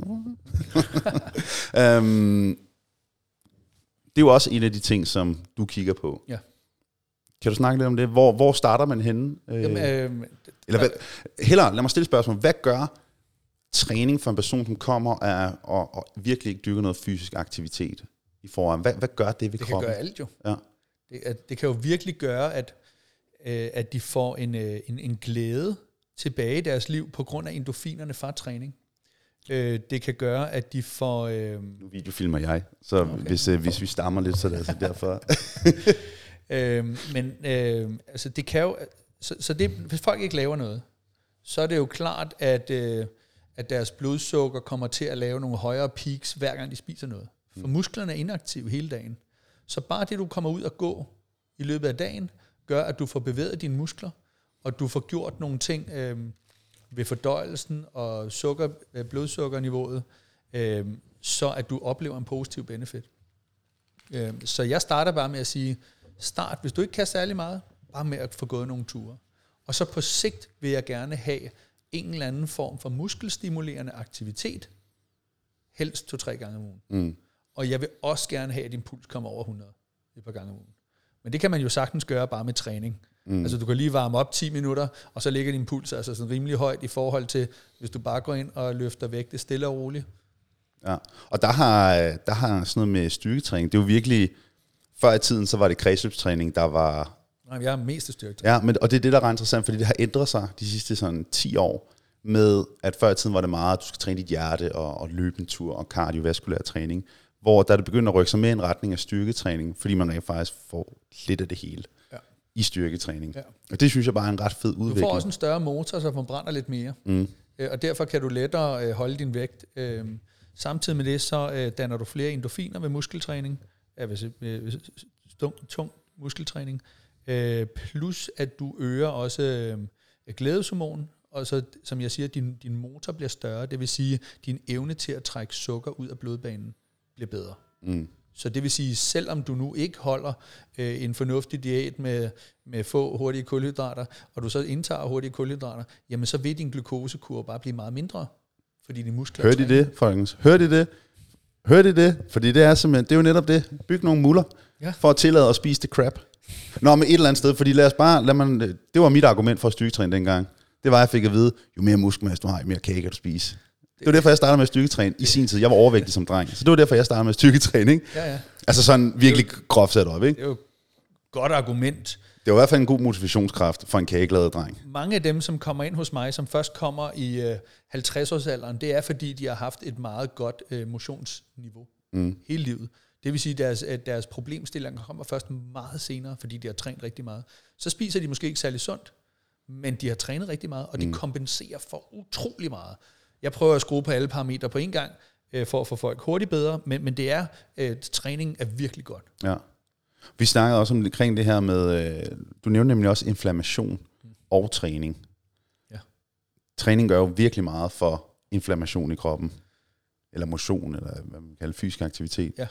S1: Det er jo også en af de ting, som du kigger på. Ja. Kan du snakke lidt om det? Hvor starter man henne? Hellere, lad mig stille spørgsmål. Hvad gør træning for en person, som kommer og virkelig ikke dyrker noget fysisk aktivitet i forvejen? Hvad gør det ved kroppen?
S2: Det kan gøre alt jo. Ja. Det kan jo virkelig gøre, at de får en glæde tilbage i deres liv på grund af endorfinerne fra træning. Det kan gøre, at de får...
S1: Nu videofilmer jeg, så okay. hvis vi stammer lidt, så er det altså derfor.
S2: Altså det kan jo... Så det, hvis folk ikke laver noget, så er det jo klart, at deres blodsukker kommer til at lave nogle højere peaks, hver gang de spiser noget. For musklerne er inaktive hele dagen. Så bare det, du kommer ud og gå i løbet af dagen, gør, at du får bevæget dine muskler, og du får gjort nogle ting ved fordøjelsen og blodsukkerniveauet, så at du oplever en positiv benefit. Så jeg starter bare med at sige, start, hvis du ikke kan særlig meget, bare med at få gået nogle ture. Og så på sigt vil jeg gerne have en eller anden form for muskelstimulerende aktivitet, helst 2-3 gange om ugen. Mm. Og jeg vil også gerne have, at din puls kommer over 100 et par gange om ugen. Men det kan man jo sagtens gøre bare med træning. Mm. Altså du kan lige varme op 10 minutter, og så ligger din puls altså sådan rimelig højt i forhold til, hvis du bare går ind og løfter vægt, det stille og roligt.
S1: Ja, og der har sådan noget med styrketræning, det er jo virkelig, før i tiden, så var det kredsløbstræning, der var...
S2: Nej, jeg er mest styrketræning.
S1: Ja, og det er det, der er interessant, fordi det har ændret sig de sidste sådan 10 år, med at før i tiden var det meget, at du skal træne dit hjerte og løbe en tur og kardiovaskulær træning, hvor der er det begyndt at rykke sig med en retning af styrketræning, fordi man rent faktisk får lidt af det hele i styrketræning. Ja. Og det synes jeg bare er en ret fed udvikling.
S2: Du får også en større motor, så forbrænder lidt mere. Mm. Og derfor kan du lettere holde din vægt. Samtidig med det, så danner du flere endorfiner ved muskeltræning, tung muskeltræning, plus at du øger også glædeshormon, og så, som jeg siger, din motor bliver større, det vil sige, din evne til at trække sukker ud af blodbanen bliver bedre. Mm. Så det vil sige, selvom du nu ikke holder en fornuftig diæt med få hurtige kulhydrater, og du så indtager hurtige kulhydrater, jamen så vil din glukosekurve bare blive meget mindre, fordi dine muskler...
S1: Hør de det, folkens? Hør de det? Fordi det er simpelthen, det er jo netop det. Byg nogle muller, for at tillade at spise det crap. Nå, men et eller andet sted, fordi det var mit argument for at styrketræne dengang. Det var, at jeg fik at vide, jo mere muskelmasse du har, jo mere kage kan du spise. Det var derfor, jeg startede med at styrketræne i sin tid. Jeg var overvægtig som dreng, så det var derfor, jeg startede med styrketræning. Ja. Altså sådan virkelig groft sat op, ikke?
S2: Det er jo et godt argument.
S1: Det var i hvert fald en god motivationskraft for en kageglad dreng.
S2: Mange af dem, som kommer ind hos mig, som først kommer i 50-årsalderen, det er, fordi de har haft et meget godt motionsniveau hele livet. Det vil sige, at deres problemstillinger kommer først meget senere, fordi de har trænet rigtig meget. Så spiser de måske ikke særlig sundt, men de har trænet rigtig meget, og det kompenserer for utrolig meget. Jeg prøver at skrue på alle parametre på en gang, for at få folk hurtigt bedre, men det er, træning er virkelig godt. Ja.
S1: Vi snakkede også omkring det her med, du nævnte nemlig også inflammation og træning. Ja. Træning gør jo virkelig meget for inflammation i kroppen, eller motion, eller hvad man kalder fysisk aktivitet. Ja.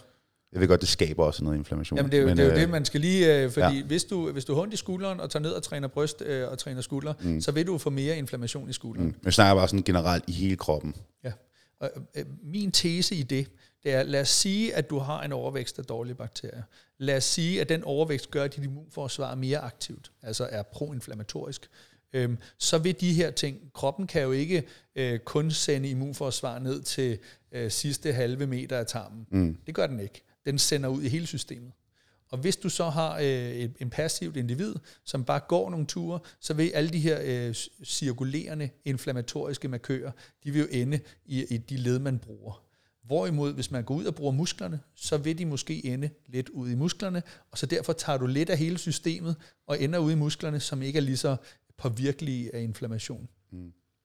S1: Jeg ved godt, det skaber også noget inflammation.
S2: Jamen det er jo det, man skal lige... Fordi hvis du har ondt i skulderen og tager ned og træner bryst og træner skulder, så vil du få mere inflammation i skulderen.
S1: Jeg snakker bare sådan generelt i hele kroppen.
S2: Ja. Og min tese i det er, lad os sige, at du har en overvækst af dårlige bakterier. Lad os sige, at den overvækst gør, at dit immunforsvar er mere aktivt, altså er proinflammatorisk. Så vil de her ting, kroppen kan jo ikke kun sende immunforsvar ned til sidste halve meter af tarmen. Det gør den ikke. Den sender ud i hele systemet. Og hvis du så har en passivt individ, som bare går nogle ture, så vil alle de her cirkulerende inflammatoriske markører, de vil jo ende i de led, man bruger. Hvorimod, hvis man går ud og bruger musklerne, så vil de måske ende lidt ude i musklerne, og så derfor tager du lidt af hele systemet og ender ude i musklerne, som ikke er lige så påvirkelige af inflammation. Det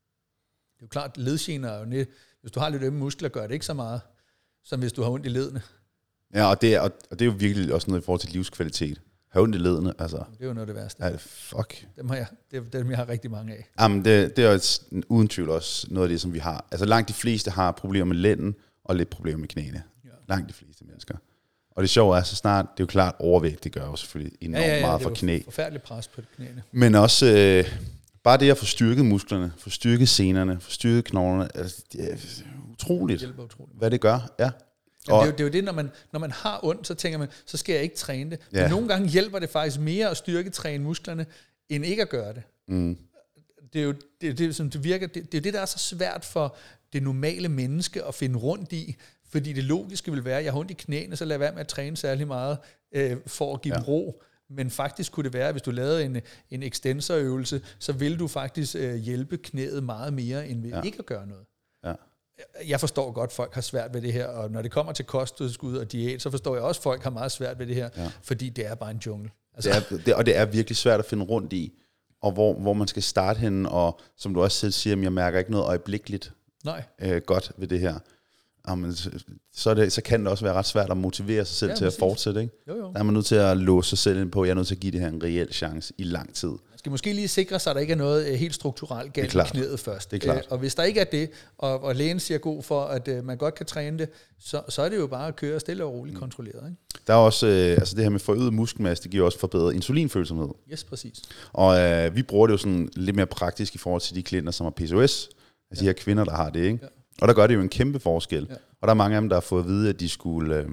S2: er jo klart, ledgener er jo net. Hvis du har lidt ømme muskler, gør det ikke så meget, som hvis du har ondt i ledene.
S1: Ja, og det er jo virkelig også noget i forhold til livskvalitet. Har ondt i ledene, altså.
S2: Det er jo noget af det værste.
S1: Ja, fuck.
S2: Dem jeg har rigtig mange af.
S1: Jamen, det er jo uden tvivl også noget af det, som vi har. Altså langt de fleste har problemer med lænden, og lidt problemer med knæene. Ja. Langt de fleste mennesker. Og det sjove er, så snart, det er jo klart, overvægt, det gør jo selvfølgelig enormt meget for knæ.
S2: Det er forfærdeligt pres på knæene.
S1: Men også bare det at få styrket musklerne, få styrket senerne, få styrket knoglerne, altså, det er utroligt,
S2: det hjælper utroligt,
S1: hvad det gør. Ja.
S2: Jamen, det er jo det, når man har ondt, så tænker man, så skal jeg ikke træne det. Men nogle gange hjælper det faktisk mere at styrketræne musklerne, end ikke at gøre det. Det er jo det, som det virker. Det er det, der er så svært for det normale menneske at finde rundt i, fordi det logiske vil være, at jeg har ondt i knæene, så lad være med at træne særlig meget for at give dem ro. Men faktisk kunne det være, at hvis du lavede en extensorøvelse, så vil du faktisk hjælpe knæet meget mere, end ved ikke at gøre noget. Ja. Jeg forstår godt, at folk har svært ved det her, og når det kommer til kosttilskud og diæt, så forstår jeg også, at folk har meget svært ved det her, fordi det er bare en jungle. Altså.
S1: Det er virkelig svært at finde rundt i, og hvor man skal starte henne, og som du også selv siger, jeg mærker ikke noget øjeblikkeligt godt ved det her. Jamen, så kan det også være ret svært at motivere sig selv til at fortsætte. Ikke? Jo. Der er man nødt til at låse sig selv ind på, jeg er nødt til at give det her en reel chance i lang tid. Man
S2: skal måske lige sikre sig, at der ikke er noget helt strukturelt galt med knæet først.
S1: Det er klart.
S2: Og hvis der ikke er det, og lægen siger god for, at man godt kan træne det, så er det jo bare at køre stille og roligt kontrolleret. Ikke?
S1: Der er også altså det her med forøget muskelmasse, det giver også forbedret insulinfølsomhed.
S2: Yes, præcis.
S1: Og vi bruger det jo sådan lidt mere praktisk i forhold til de klienter, som har PCOS, altså de her kvinder, der har det, ikke? Ja. Og der gør det jo en kæmpe forskel. Ja. Og der er mange af dem, der har fået at vide, at de skulle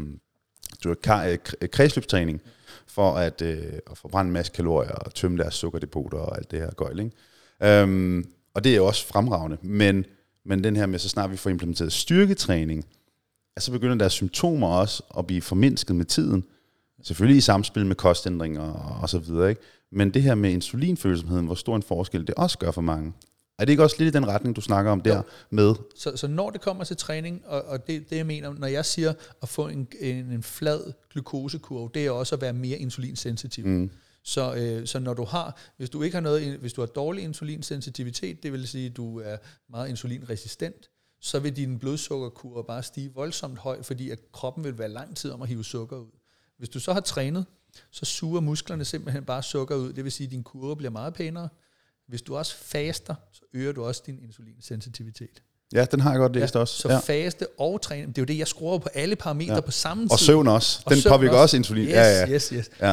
S1: kredsløbstræning for at forbrænde en masse kalorier og tømme deres sukkerdepoter og alt det her gøjl, ikke? Og det er jo også fremragende. Men den her med, så snart vi får implementeret styrketræning, så begynder deres symptomer også at blive formindsket med tiden. Selvfølgelig i samspil med kostændringer og så videre, ikke? Men det her med insulinfølsomheden, hvor stor en forskel det også gør for mange. Er det ikke også lidt i den retning, du snakker om der med? Så
S2: når det kommer til træning, og det jeg mener, når jeg siger at få en flad glukosekurve, det er også at være mere insulinsensitiv. Så når du har, hvis du har dårlig insulinsensitivitet, det vil sige, at du er meget insulinresistent, så vil din blodsukkerkurve bare stige voldsomt højt, fordi at kroppen vil være lang tid om at hive sukker ud. Hvis du så har trænet, så suger musklerne simpelthen bare sukker ud, det vil sige, at din kurve bliver meget pænere. Hvis du også faster, så øger du også din insulinsensitivitet.
S1: Ja, den har jeg godt læst også.
S2: Så faste og træning, det er jo det, jeg skruer på alle parametre på samme tid.
S1: Og søvn også. Den påvirker også insulin.
S2: Yes. Ja.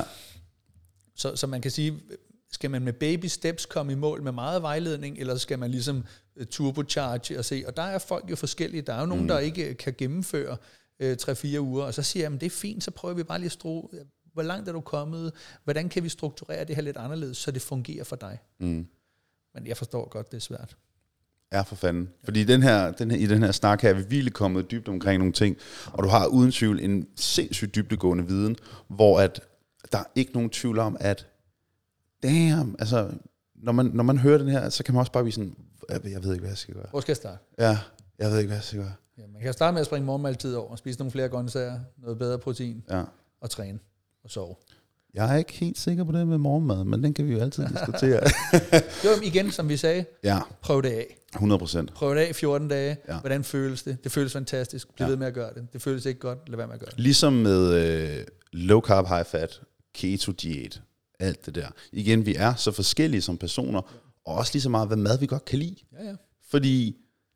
S2: Så man kan sige, skal man med baby steps komme i mål med meget vejledning, eller skal man ligesom turbocharge og se? Og der er folk jo forskellige. Der er jo nogen, der ikke kan gennemføre 3-4 uger, og så siger jeg, det er fint, så prøver vi bare lige at hvor langt er du kommet? Hvordan kan vi strukturere det her lidt anderledes, så det fungerer for dig? Men jeg forstår godt, det er svært.
S1: Ja, for fanden. Fordi i den her snak her er vi virkelig kommet dybt omkring nogle ting, og du har uden tvivl en sindssygt dybdegående viden, hvor at der er ikke nogen tvivl om, at damn, altså, når man hører den her, så kan man også bare blive sådan, jeg ved ikke, hvad jeg skal gøre.
S2: Hvor skal jeg starte?
S1: Ja, jeg ved ikke, hvad jeg skal gøre.
S2: Ja, man kan starte med at springe morgenmåltid over, spise nogle flere grøntsager, noget bedre protein, og træne og sove. Jeg
S1: er ikke helt sikker på det med morgenmad, men den kan vi jo altid diskutere.
S2: Jo, igen, som vi sagde, prøv det af.
S1: 100%.
S2: Prøv det af 14 dage. Ja. Hvordan føles det? Det føles fantastisk. Bliv ved med at gøre det. Det føles ikke godt. Lad være med at gøre det.
S1: Ligesom med low carb, high fat, keto diæt, alt det der. Igen, vi er så forskellige som personer, og også lige så meget, hvad mad vi godt kan lide.
S2: Ja.
S1: Fordi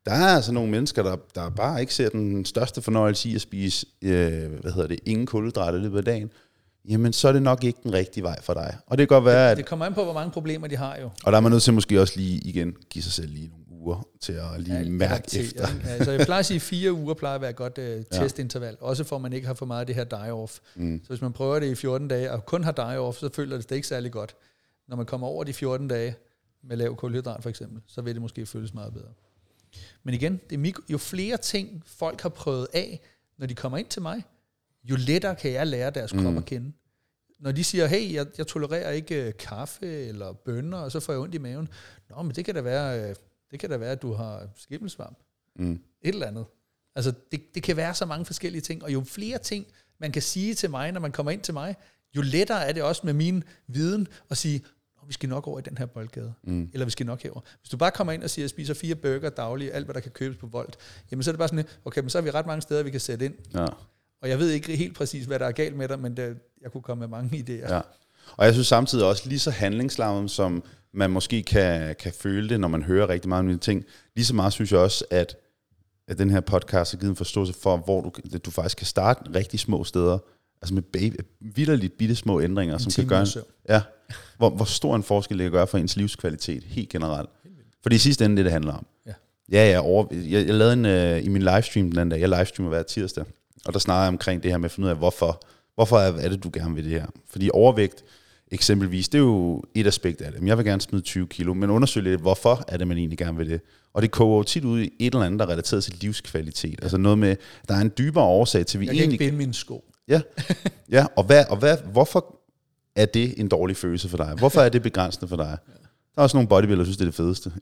S1: der er altså nogle mennesker, der bare ikke ser den største fornøjelse i at spise, ingen kulhydrater i løbet af dagen, jamen så er det nok ikke den rigtige vej for dig. Og det kan godt være, at...
S2: Det kommer an på, hvor mange problemer de har jo.
S1: Og der er man nødt til måske også lige igen give sig selv lige nogle uger til at lige mærke efter.
S2: Altså jeg plejer at sige, 4 uger plejer at være et godt testinterval. Også for, at man ikke har for meget af det her die-off. Så hvis man prøver det i 14 dage, og kun har die-off, så føler det ikke særlig godt. Når man kommer over de 14 dage med lav kulhydrat for eksempel, så vil det måske føles meget bedre. Men igen, jo flere ting folk har prøvet af, når de kommer ind til mig, jo lettere kan jeg lære deres krop at kende. Når de siger, hey, jeg tolererer ikke kaffe eller bønner, og så får jeg ondt i maven. Nå, men det kan da være, at du har skimmelsvamp. Et eller andet. Altså, det kan være så mange forskellige ting, og jo flere ting, man kan sige til mig, når man kommer ind til mig, jo lettere er det også med min viden at sige, vi skal nok over i den her boldgade, eller vi skal nok herover. Hvis du bare kommer ind og siger, at jeg spiser 4 burger dagligt, alt hvad der kan købes på Volt, jamen så er det bare sådan, okay, men så har vi ret mange steder, vi kan sætte ind. Ja. Og jeg ved ikke helt præcis, hvad der er galt med dig, men jeg kunne komme med mange idéer. Ja.
S1: Og jeg synes samtidig også, lige så handlingslammet, som man måske kan føle det, når man hører rigtig meget om de ting, lige så meget synes jeg også, at den her podcast har givet en forståelse for, hvor du faktisk kan starte rigtig små steder, altså med vitterligt bitte små ændringer, som kan gøre hvor stor en forskel det kan gøre for ens livskvalitet, helt generelt. For i sidste ende det handler om. Jeg lavede i min livestream den anden dag, jeg livestreamer hver tirsdag, og der snakker jeg omkring det her med at finde ud af, hvorfor er det, du gerne vil det her. Fordi overvægt, eksempelvis, det er jo et aspekt af det. Jeg vil gerne smide 20 kilo, men undersøge lidt, hvorfor er det, man egentlig gerne vil det. Og det koger jo tit ud i et eller andet, der er relateret til livskvalitet. Altså noget med, der er en dybere årsag til, vi
S2: egentlig... Jeg kan ikke binde mine sko.
S1: Ja, og hvorfor er det en dårlig følelse for dig? Hvorfor er det begrænsende for dig? Der er også nogle bodybuildere, der synes, det er det fedeste.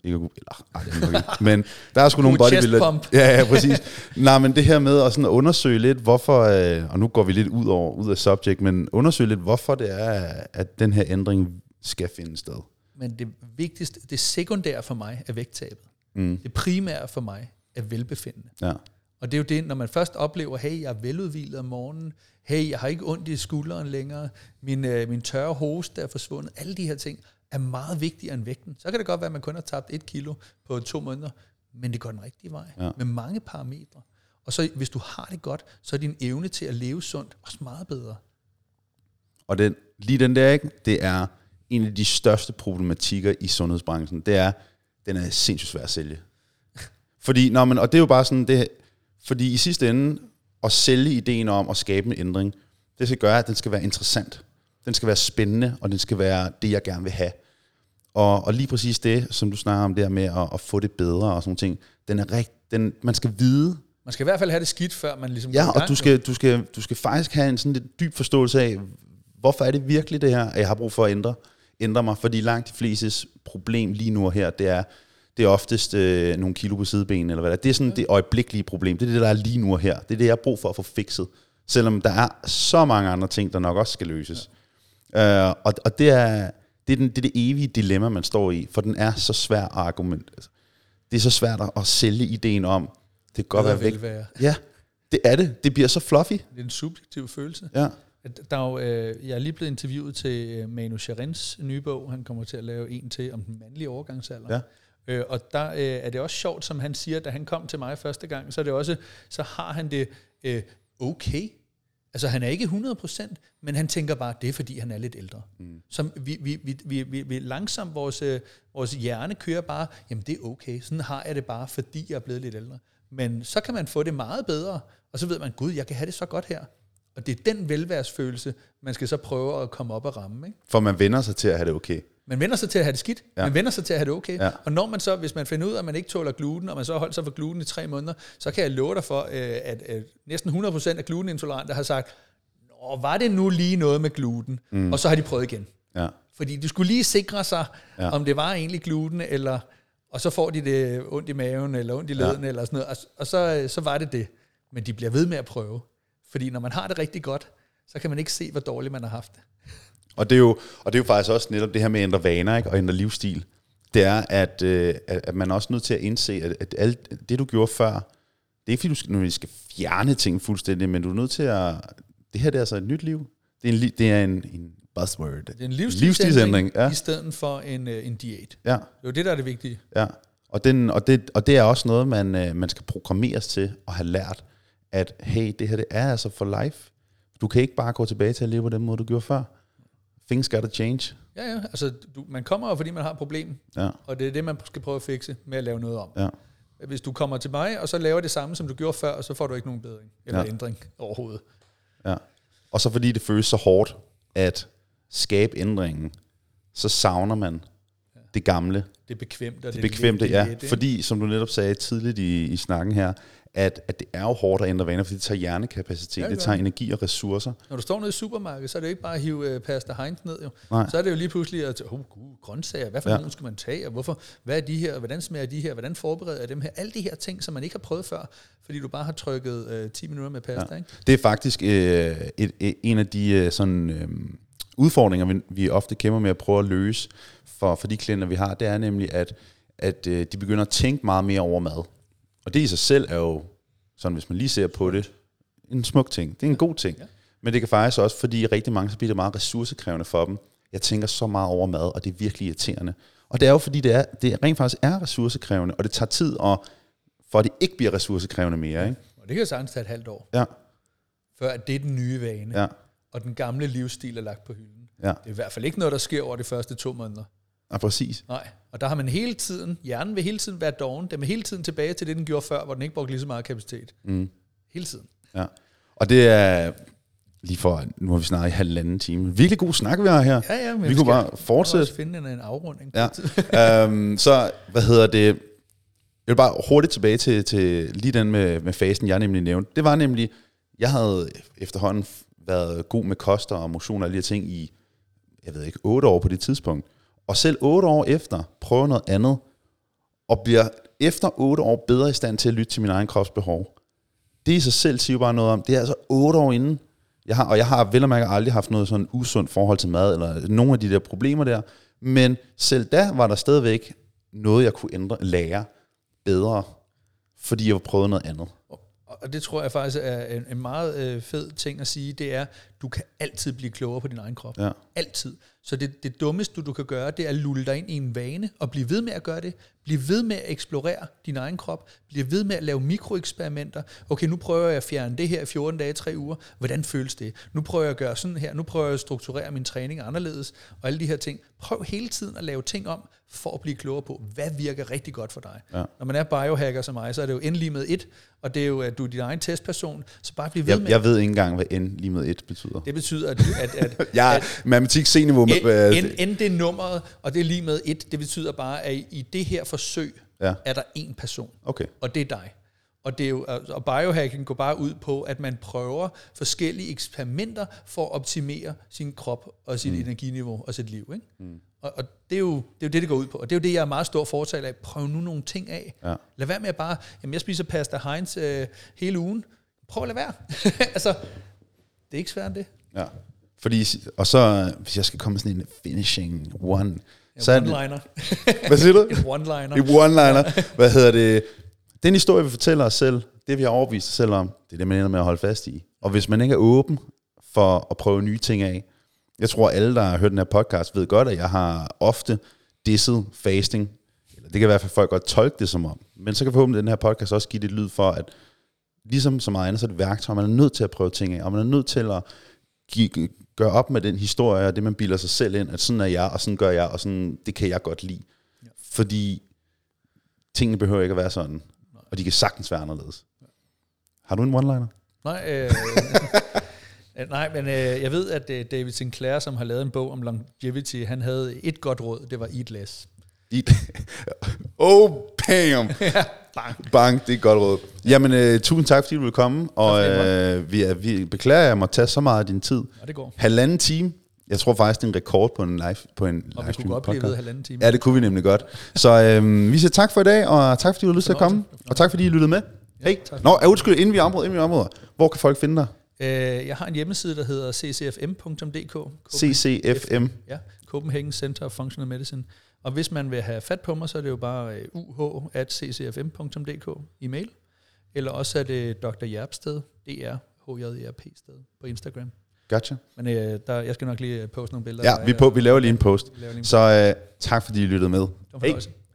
S1: Men der er sgu nogle bodybuildere... Ja, præcis. Nej, men det her med at sådan undersøge lidt, hvorfor... Og nu går vi lidt ud af subject, men undersøge lidt, hvorfor det er, at den her ændring skal finde sted.
S2: Men det vigtigste, det sekundære for mig er vægttabet. Det primære for mig er velbefindende. Ja. Og det er jo det, når man først oplever, hey, jeg er veludhvilet om morgenen, hey, jeg har ikke ondt i skulderen længere, min tørre hoste er forsvundet, alle de her ting er meget vigtigere end vægten. Så kan det godt være, at man kun har tabt 1 kilo på 2 måneder, men det går den rigtige vej, med mange parametre. Og så hvis du har det godt, så er din evne til at leve sundt også meget bedre. Og
S1: lige den der, ikke? Det er en af de største problematikker i sundhedsbranchen. Den er sindssygt svær at sælge. Fordi, og det er jo bare sådan, fordi i sidste ende, at sælge ideen om at skabe en ændring, det skal gøre, at den skal være interessant. Den skal være spændende, og den skal være det, jeg gerne vil have. Og lige præcis det, som du snakker om der med at få det bedre og sådan ting, man skal vide.
S2: Man skal i hvert fald have det skidt, før man ligesom
S1: går i gang. Og du skal faktisk have en sådan lidt dyb forståelse af, hvorfor er det virkelig det her, at jeg har brug for at ændre mig. Fordi langt de flestes problem lige nu og her, det er oftest nogle kilo på sidebenen, eller hvad det er. Det er sådan det øjeblikkelige problem. Det er det, der er lige nu og her. Det er det, jeg har brug for at få fikset. Selvom der er så mange andre ting, der nok også skal løses. Ja. Og det er det evige dilemma, man står i, for den er så svær at argumentere. Altså, det er så svært at sælge ideen om, det kan godt være væk. Ja, det er det. Det bliver så fluffy. Det
S2: er en subjektiv følelse.
S1: Ja.
S2: Jeg er lige blevet interviewet til Manu Charins nye bog. Han kommer til at lave en til om den mandlige overgangsalder. Ja. Og der er det også sjovt, som han siger, da han kom til mig første gang, så har han det okay. Altså han er ikke 100%, men han tænker bare, det er fordi han er lidt ældre. Som vi langsomt, vores hjerne kører bare, jamen det er okay, sådan har jeg det bare, fordi jeg er blevet lidt ældre. Men så kan man få det meget bedre, og så ved man, gud, jeg kan have det så godt her. Og det er den velværsfølelse, man skal så prøve at komme op og ramme. Ikke?
S1: For man vender sig til at have det okay.
S2: Man vender sig til at have det skidt. Ja. Man vender sig til at have det okay. Ja. Og når man så, hvis man finder ud af, at man ikke tåler gluten, og man så har holdt sig for gluten i 3 måneder, så kan jeg love dig for, at næsten 100% af glutenintolerante har sagt, var det nu lige noget med gluten? Og så har de prøvet igen. Ja. Fordi de skulle lige sikre sig, om det var egentlig gluten, eller, og så får de det ondt i maven, eller ondt i leden, eller sådan noget. Og så var det det. Men de bliver ved med at prøve. Fordi når man har det rigtig godt, så kan man ikke se, hvor dårligt man har haft det.
S1: Og det er jo faktisk også netop det her med at ændre vaner, ikke? Og ændre livsstil. Det er, at man er også nødt til at indse, at alt det, du gjorde før, det er ikke fordi, du skal fjerne ting fuldstændig, men du er nødt til at... Det her det er altså et nyt liv. Det er en buzzword.
S2: Det er en livsstilsændring i stedet for en diæt. Ja. Det er jo det, der er det vigtige.
S1: Ja. Og det er også noget, man skal programmeres til at have lært, at hey, det her det er altså for life. Du kan ikke bare gå tilbage til at leve på den måde, du gjorde før. Things gotta change.
S2: Ja, altså man kommer jo, fordi man har et problem, og det er det, man skal prøve at fikse med at lave noget om.
S1: Ja.
S2: Hvis du kommer til mig, og så laver det samme, som du gjorde før, så får du ikke nogen bedring eller ændring overhovedet. Ja.
S1: Og så fordi det føles så hårdt at skabe ændringen, så savner man det gamle.
S2: Det bekvemte.
S1: Det bekvemte, ja. Fordi, som du netop sagde tidligt i snakken her, at det er jo hårdt at ændre vaner, fordi det tager hjernekapacitet, det tager energi og ressourcer.
S2: Når du står nede i supermarkedet, så er det jo ikke bare at hive pasta Heinz ned, jo.
S1: Nej.
S2: Så er det jo lige pludselig at grøntsager, hvad for nogen skal man tage, og hvorfor, hvad er de her, hvordan smager de her, hvordan forbereder jeg dem her, alle de her ting, som man ikke har prøvet før, fordi du bare har trykket 10 minutter med pasta, ikke?
S1: Det er faktisk en af de udfordringer, vi ofte kæmper med at prøve at løse for de klienter, vi har, det er nemlig, at de begynder at tænke meget mere over mad. Og det i sig selv er jo, sådan hvis man lige ser på det, en smuk ting. Det er en god ting. Ja. Men det kan faktisk også, fordi rigtig mange, så bliver det meget ressourcekrævende for dem. Jeg tænker så meget over mad, og det er virkelig irriterende. Og det er jo, fordi det rent faktisk er ressourcekrævende, og det tager tid, for at det ikke bliver ressourcekrævende mere. Ikke?
S2: Og det kan jo sagtens tage et halvt år.
S1: Ja.
S2: Før det er den nye vane.
S1: Ja.
S2: Og den gamle livsstil er lagt på hylden.
S1: Ja.
S2: Det er i hvert fald ikke noget, der sker over de første 2 måneder.
S1: Ja, præcis.
S2: Nej, og der har man hele tiden, hjernen vil hele tiden være doven, den vil hele tiden tilbage til det, den gjorde før, hvor den ikke brugte lige så meget kapacitet. Hele tiden. Ja.
S1: Og det er, lige for, nu har vi snakket i 1,5 time. Virkelig god snak, vi har her.
S2: Ja,
S1: vi kunne bare fortsætte.
S2: Også finde en afrunding.
S1: Ja. Så, jeg vil bare hurtigt tilbage til lige den med fasen, jeg nemlig nævnte. Det var nemlig, jeg havde efterhånden været god med kost og motion og alle de her ting i, 8 år på det tidspunkt. Og selv 8 år efter prøver noget andet, og bliver efter 8 år bedre i stand til at lytte til min egen kropsbehov. Det i sig selv siger bare noget om, det er altså 8 år inden. Jeg har vel og mærke aldrig haft noget sådan usundt forhold til mad, eller nogle af de der problemer der. Men selv da var der stadigvæk noget, jeg kunne lære bedre, fordi jeg prøvede noget andet.
S2: Og det tror jeg faktisk er en meget fed ting at sige, det er, du kan altid blive klogere på din egen krop. Ja. Altid. Så det dummeste, du kan gøre, det er at lulle dig ind i en vane, og blive ved med at gøre det. Bliv ved med at eksplorere din egen krop. Bliv ved med at lave mikroeksperimenter. Okay, nu prøver jeg at fjerne det her i 14 dage, 3 uger. Hvordan føles det? Nu prøver jeg at gøre sådan her. Nu prøver jeg at strukturere min træning anderledes. Og alle de her ting. Prøv hele tiden at lave ting om, for at blive klogere på, hvad virker rigtig godt for dig. Ja. Når man er biohacker som mig, så er det jo N lig med 1, og det er jo, at du er din egen testperson, så bare bliv ved med...
S1: Jeg ved ikke engang, hvad N lig med 1 betyder.
S2: Det betyder, at
S1: matematik C-niveau...
S2: N det er nummeret, og det er lige med 1. Det betyder bare, at i det her forsøg, er der én person, og det er dig. Og, det er jo, og biohacking går bare ud på, at man prøver forskellige eksperimenter for at optimere sin krop og sit energiniveau og sit liv. Ikke? Og det er jo det går ud på. Og det er jo det, jeg er meget stor fortaler af. Prøv nu nogle ting af. Ja. Lad være med at bare, jeg spiser pasta Heinz hele ugen. Prøv at lade være. Altså, det er ikke svært det. Ja.
S1: Fordi, og så, hvis jeg skal komme med sådan en finishing one,
S2: så one-liner.
S1: Hvad siger du?
S2: En one-liner.
S1: En one-liner. Hvad hedder det? Den historie, vi fortæller os selv, det vi har overbevist os selv om, det er det, man ender med at holde fast i. Og hvis man ikke er åben for at prøve nye ting af, jeg tror, alle, der har hørt den her podcast, ved godt, at jeg har ofte disset fasting. Det kan i hvert fald folk godt tolke det som om. Men så kan forhåbentlig den her podcast også give det lyd for, at ligesom så meget andet, så er det værktøj, man er nødt til at prøve ting af, og man er nødt til at gøre op med den historie, og det man bilder sig selv ind, at sådan er jeg, og sådan gør jeg, og sådan, det kan jeg godt lide. Ja. Fordi tingene behøver ikke at være sådan, og de kan sagtens være anderledes. Har du en one-liner?
S2: Nej, nej, men jeg ved, at David Sinclair, som har lavet en bog om longevity, han havde et godt råd, det var eat less.
S1: Oh, bam! Bang, det er et godt råd. Jamen, tusind tak, fordi du ville komme, og vi beklager, at jeg må tage så meget af din tid.
S2: Ja, det går.
S1: 1,5 time. Jeg tror faktisk, det er en rekord på en live
S2: og vi kunne godt blive ved 1,5 time.
S1: Ja, det kunne vi nemlig godt. Så vi siger tak for i dag, og tak fordi du har lyst til at komme, og tak fordi I lyttede med. Hey. Undskyld, inden vi afbryder. Hvor kan folk finde dig?
S2: Jeg har en hjemmeside, der hedder ccfm.dk.
S1: CCFM?
S2: Ja, Copenhagen Center of Functional Medicine. Og hvis man vil have fat på mig, så er det jo bare uh@ccfm.dk e-mail. Eller også er det Dr. Jerpsted, DRHJERP-sted på Instagram.
S1: Gotcha.
S2: Men jeg skal nok lige poste nogle billeder.
S1: Ja, vi laver lige en post. Så tak fordi I lyttede med.
S2: Hey.